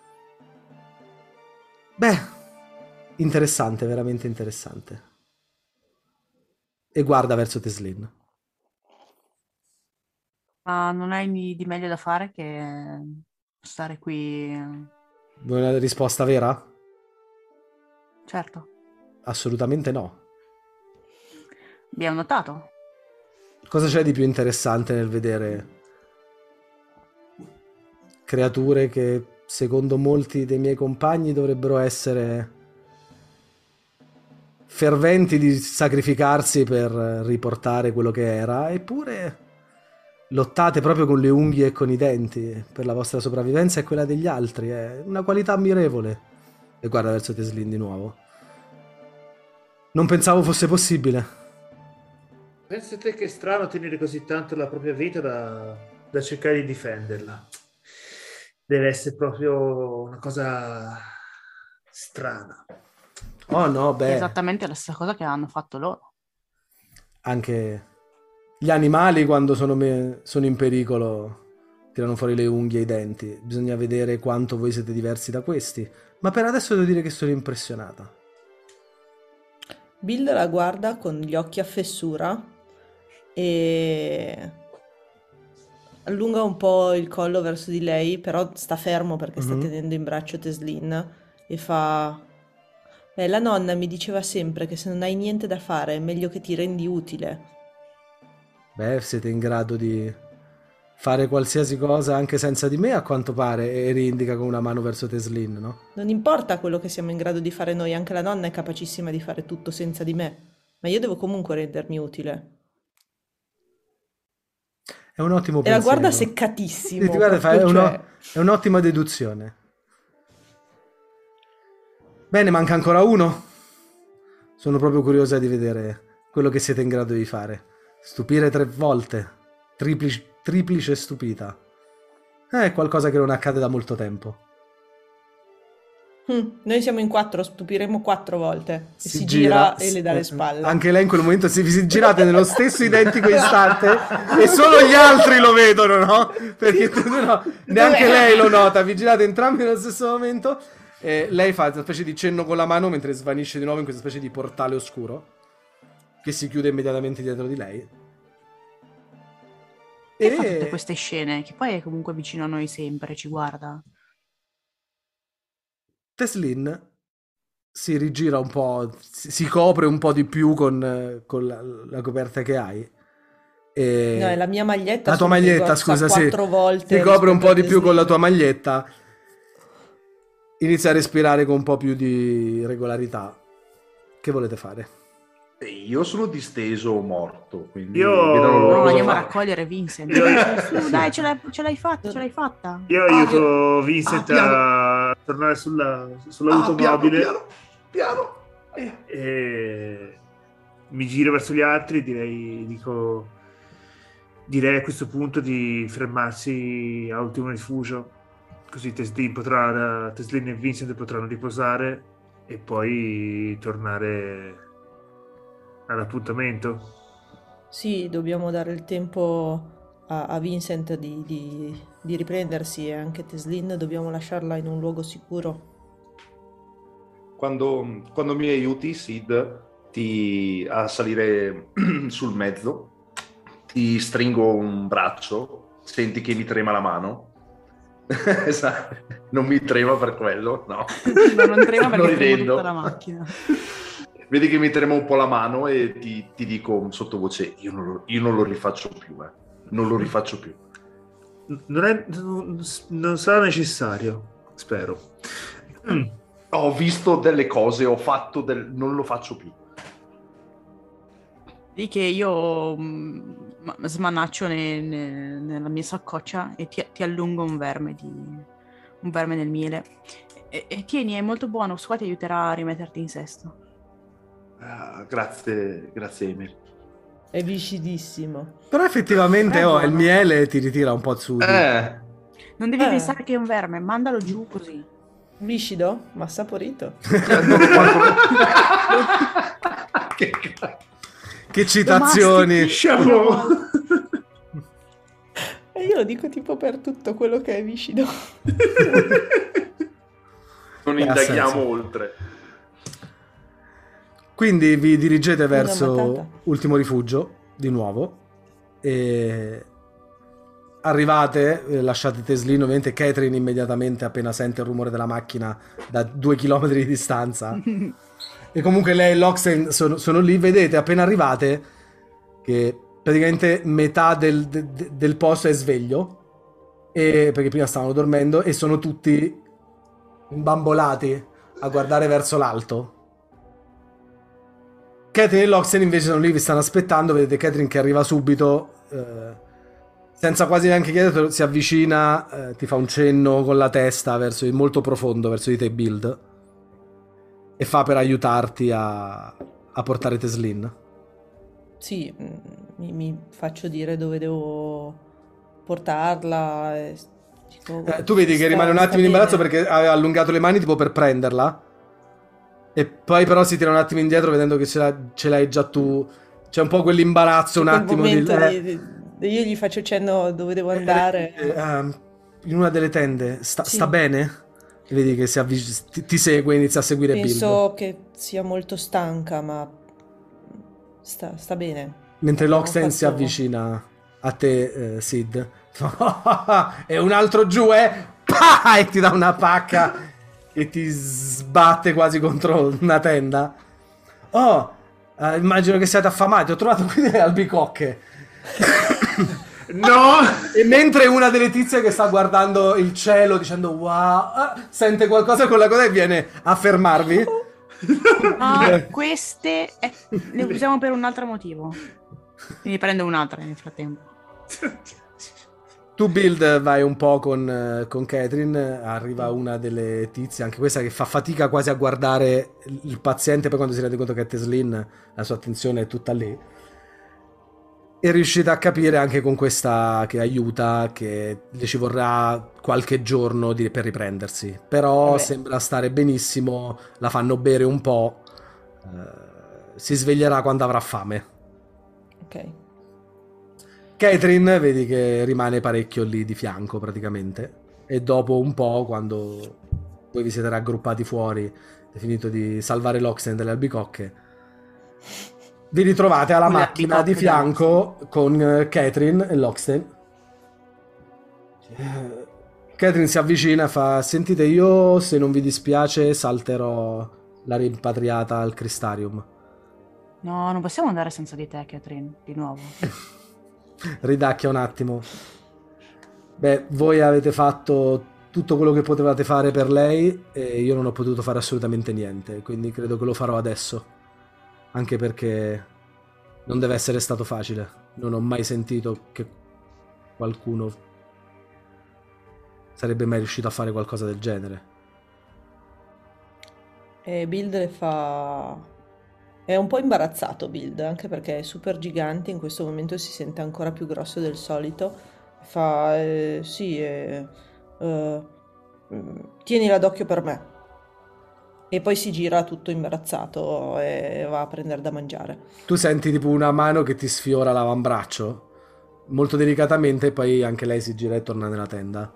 Beh, interessante, veramente interessante. E guarda verso Teslin. Ma non hai ni- di meglio da fare che stare qui? Vuoi una risposta vera? Certo, Assolutamente no. abbiamo notato. Cosa c'è di più interessante nel vedere creature che, secondo molti dei miei compagni, dovrebbero essere ferventi di sacrificarsi per riportare quello che era, eppure lottate proprio con le unghie e con i denti per la vostra sopravvivenza e quella degli altri? È una qualità ammirevole. E guarda verso Teslin di nuovo. Non pensavo fosse possibile. Pensa te che è strano tenere così tanto la propria vita da, da cercare di difenderla. Deve essere proprio una cosa strana. Oh no, È beh, esattamente la stessa cosa che hanno fatto loro. anche gli animali quando sono, me- sono in pericolo tirano fuori le unghie e i denti. Bisogna vedere quanto voi siete diversi da questi. Ma per adesso devo dire che sono impressionata. Bill la guarda con gli occhi a fessura e allunga un po' il collo verso di lei, però sta fermo perché sta Mhm. tenendo in braccio Teslin e fa: Beh, la nonna mi diceva sempre che se non hai niente da fare è meglio che ti rendi utile. Beh, siete in grado di fare qualsiasi cosa anche senza di me, a quanto pare, e riindica con una mano verso Teslin, no? Non importa quello che siamo in grado di fare noi, anche la nonna è capacissima di fare tutto senza di me, ma io devo comunque rendermi utile. È un ottimo E la pensiero. guarda seccatissimo. Sì, ti guarda, fa- è, proprio, uno- cioè- è un'ottima deduzione. Bene, manca ancora uno. Sono proprio curiosa di vedere quello che siete in grado di fare. Stupire tre volte. Triplice, triplice stupita. È qualcosa che non accade da molto tempo. Hm, noi siamo in quattro, stupiremo quattro volte. E Si si, gira, gira, e le dà eh, le spalle. Anche lei in quel momento si, si girate nello stesso identico istante e solo gli altri lo vedono, no? Perché tu, no, neanche lei lo nota. Vi girate entrambi nello stesso momento e lei fa una specie di cenno con la mano mentre svanisce di nuovo in questa specie di portale oscuro che si chiude immediatamente dietro di lei. E fa tutte queste scene, che poi è comunque vicino a noi sempre, ci guarda. Teslin si rigira un po', si si copre un po' di più con, eh, con la, la coperta che hai. E... No, è la mia maglietta. La tua solo che maglietta, costa scusa, sì. quattro volte Ti copre un rispetto po' a di più con la Teslin. tua maglietta. Inizia a respirare con un po' più di regolarità. Che volete fare? E io sono disteso morto, quindi Io- vedono loro No, cosa andiamo a fare. raccogliere Vincent. Io- Su, dai, ce l'hai, ce l'hai fatta, ce l'hai fatta. Io Ah, aiuto Vincent ah, piano. a tornare sulla, Ah, piano, sull'automobile. piano, piano. E mi giro verso gli altri, direi, dico, direi a questo punto di fermarsi a ultimo rifugio, così Teslin potrà, Teslin e Vincent potranno riposare e poi tornare all'appuntamento. Sì, dobbiamo dare il tempo a, a Vincent di, di- di riprendersi e anche Teslin dobbiamo lasciarla in un luogo sicuro. Quando, quando mi aiuti, Sid, ti, a salire sul mezzo, ti stringo un braccio, senti che mi trema la mano. Esatto. Non mi trema per quello, no. No, non trema Sto perché trema ridendo. tutta la macchina. Vedi che mi trema un po' la mano e ti, ti dico sottovoce, io non, lo, io non lo rifaccio più, eh. Non lo rifaccio più. Non, è, non, non sarà necessario, spero. Ho visto delle cose, ho fatto del... non lo faccio più. Di che io mm, ma- smanaccio ne- ne- nella mia saccoccia e ti, ti allungo un verme di un verme nel miele. E, e tieni, è molto buono, so qua ti aiuterà a rimetterti in sesto. Ah, grazie, grazie Emil. È viscidissimo. Però effettivamente È oh, il buono. miele ti ritira un po' su. di- Eh, Non devi Eh. pensare che è un verme, mandalo giù così. Viscido, ma saporito. non quanto... che cazzo. Che citazioni. Diciamo, E io lo dico tipo per tutto quello che è viscido. Non Eh, ha indaghiamo senso. oltre. Quindi vi dirigete Una verso matata. ultimo rifugio di nuovo e arrivate, eh, lasciate Teslin, ovviamente Catherine immediatamente appena sente il rumore della macchina da due chilometri di distanza e comunque lei e Loxen sono, sono lì, vedete appena arrivate che praticamente metà del, de- del posto è sveglio e, perché prima stavano dormendo e sono tutti imbambolati a guardare verso l'alto. Catherine e Loxen invece sono lì, vi stanno aspettando. Vedete Catherine che arriva subito, eh, senza quasi neanche chiederlo, si avvicina, eh, ti fa un cenno con la testa verso il molto profondo, verso di te, Build, e fa per aiutarti a, a portare Teslin. Sì, mm, mi, mi faccio dire dove devo portarla. e dico, Eh, tu vedi che sta- rimane un sta attimo in imbarazzo bene. perché aveva allungato le mani tipo per prenderla e poi però si tira un attimo indietro vedendo che ce, l'ha- ce l'hai già tu. C'è un po' quell'imbarazzo un Quel attimo di, momento eh, di- di- io gli faccio cenno dove devo andare. eh, ehm, in una delle tende sta, Sì. sta bene? E vedi che si avvic- ti, ti segue, inizia a seguire Build. Penso che sia molto stanca, ma sta, sta bene. Mentre Abbiamo Loxen si fatto- avvicina a te, eh, Sid. E un altro giù, eh? Pah! E ti dà una pacca che ti sbatte quasi contro una tenda. Oh, eh, immagino che siate affamati. Ho trovato qui delle albicocche. no, E mentre una delle tizie che sta guardando il cielo dicendo wow, eh, sente qualcosa con la coda e viene a fermarvi. Ah, queste eh, le usiamo per un altro motivo. Quindi prendo un'altra nel frattempo. Tu Build vai un po' con, eh, con Catherine, arriva una delle tizie, anche questa che fa fatica quasi a guardare il il paziente, poi quando si rende conto che è Teslin la sua attenzione è tutta lì. E riuscite a capire anche con questa che aiuta che le ci vorrà qualche giorno di- per riprendersi. Però Vabbè. sembra stare benissimo, la fanno bere un po', eh, si sveglierà quando avrà fame. Ok. Catherine vedi che rimane parecchio lì di fianco praticamente e dopo un po', quando voi vi siete raggruppati fuori e finito di salvare Loxen dalle albicocche, vi ritrovate alla Con le macchina albicocche di fianco con eh, Catherine e Loxen. Eh, Catherine si avvicina e fa: sentite, io se non vi dispiace salterò la rimpatriata al Crystarium. No, non possiamo andare senza di te, Catherine, di nuovo. Ridacchia un attimo. Beh, voi avete fatto tutto quello che potevate fare per lei e io non ho potuto fare assolutamente niente, quindi credo che lo farò adesso. Anche perché non deve essere stato facile. Non ho mai sentito che qualcuno sarebbe mai riuscito a fare qualcosa del genere. E Build le fa... È un po' imbarazzato Build, anche perché è super gigante, in questo momento si sente ancora più grosso del solito. Fa, eh, sì, eh, eh, tienila d'occhio per me. E poi si gira tutto imbarazzato e va a prendere da mangiare. Tu senti tipo una mano che ti sfiora l'avambraccio, molto delicatamente, e poi anche lei si gira e torna nella tenda.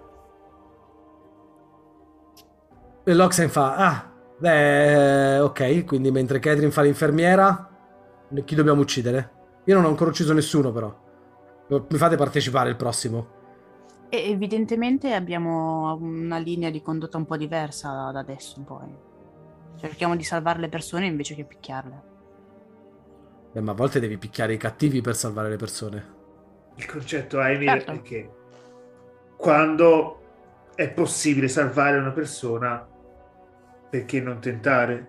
E Loxen fa, ah, beh, ok, quindi mentre Catherine fa l'infermiera, chi dobbiamo uccidere? Io non ho ancora ucciso nessuno, però. Mi fate partecipare il prossimo. E evidentemente abbiamo una linea di condotta un po' diversa da adesso in poi. Cerchiamo di salvare le persone invece che picchiarle. Beh, ma a volte devi picchiare i cattivi per salvare le persone. Il concetto, Aimir, Certo. è che quando è possibile salvare una persona, perché non tentare?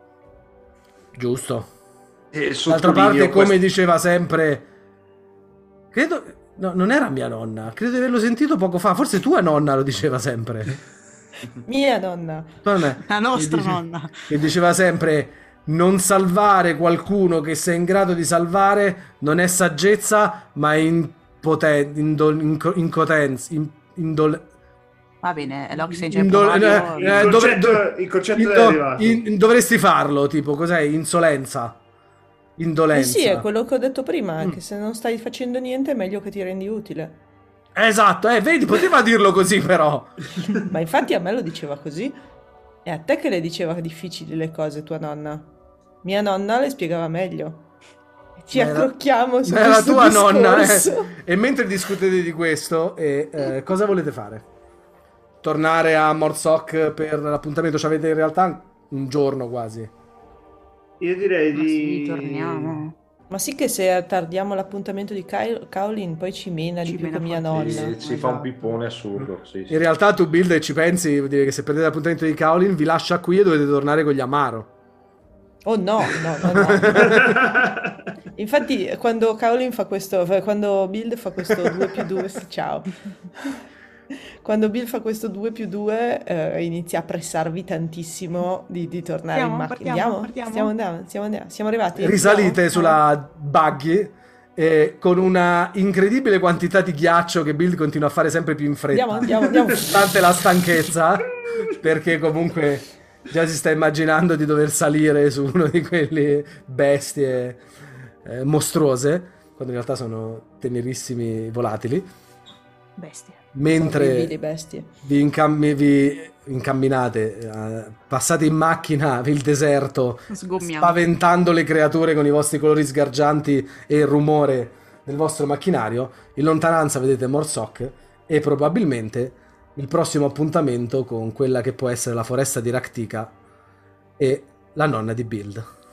Giusto. E D'altra parte, sottolineo come quest- diceva sempre... Credo... No, non era mia nonna. Credo di averlo sentito poco fa. Forse tua nonna lo diceva sempre. Mia nonna. Nonna, La nostra che dice- nonna. Che diceva sempre... Non salvare qualcuno che sei in grado di salvare non è saggezza, ma è impoten- indol- inco- incotenza. in- indol- Va bene, Loxen c'è indol- provato. eh, Il eh, concetto, dovre- do- il concetto indo- è arrivato. in- dovresti farlo, tipo, cos'è? Insolenza. Eh Indolenza. sì, è quello che ho detto prima, Mm. che se non stai facendo niente è meglio che ti rendi utile. Esatto, eh, vedi, poteva dirlo così però. Ma infatti a me lo diceva così. E a te che le diceva difficili le cose tua nonna? Mia nonna le spiegava meglio. Ci Ma era- accrocchiamo su Ma era questo tua nonna, discorso. eh. E mentre discutete di questo, eh, eh, cosa volete fare? Tornare a Morsok per l'appuntamento? Ci avete in realtà un giorno quasi. Io direi Ma di... sì, torniamo. Ma sì che se tardiamo l'appuntamento di Kyle- Cowlin poi ci mena Ci di più mena che mia fortissimo. nonna. Ci, ci fa un pippone assurdo. Sì, sì. In realtà tu build e ci pensi, vuol dire che se perdete l'appuntamento di Kaolin vi lascia qui e dovete tornare con gli Amaro. Oh no, no, no, no. Infatti quando Cowlin fa questo, quando Build fa questo due più due, sì, ciao. Quando Bill fa questo due più due eh, inizia a pressarvi tantissimo di, di tornare Partiamo, in macchina. partiamo, Andiamo? partiamo. Stiamo andando, stiamo andando. Siamo arrivati? Risalite Andiamo? sulla buggy eh, con una incredibile quantità di ghiaccio che Bill continua a fare sempre più in fretta. Andiamo, andiamo, andiamo. Stante la stanchezza, perché comunque già si sta immaginando di dover salire su uno di quelle bestie eh, mostruose, quando in realtà sono tenerissimi volatili. Bestia. Sono Mentre orribili bestie. vi, incammi- vi incamminate, eh, passate in macchina il deserto, Sgommiamo. spaventando le creature con i vostri colori sgargianti e il rumore del vostro macchinario, in lontananza vedete Morsok e probabilmente il prossimo appuntamento con quella che può essere la foresta di Raktika e la nonna di Build.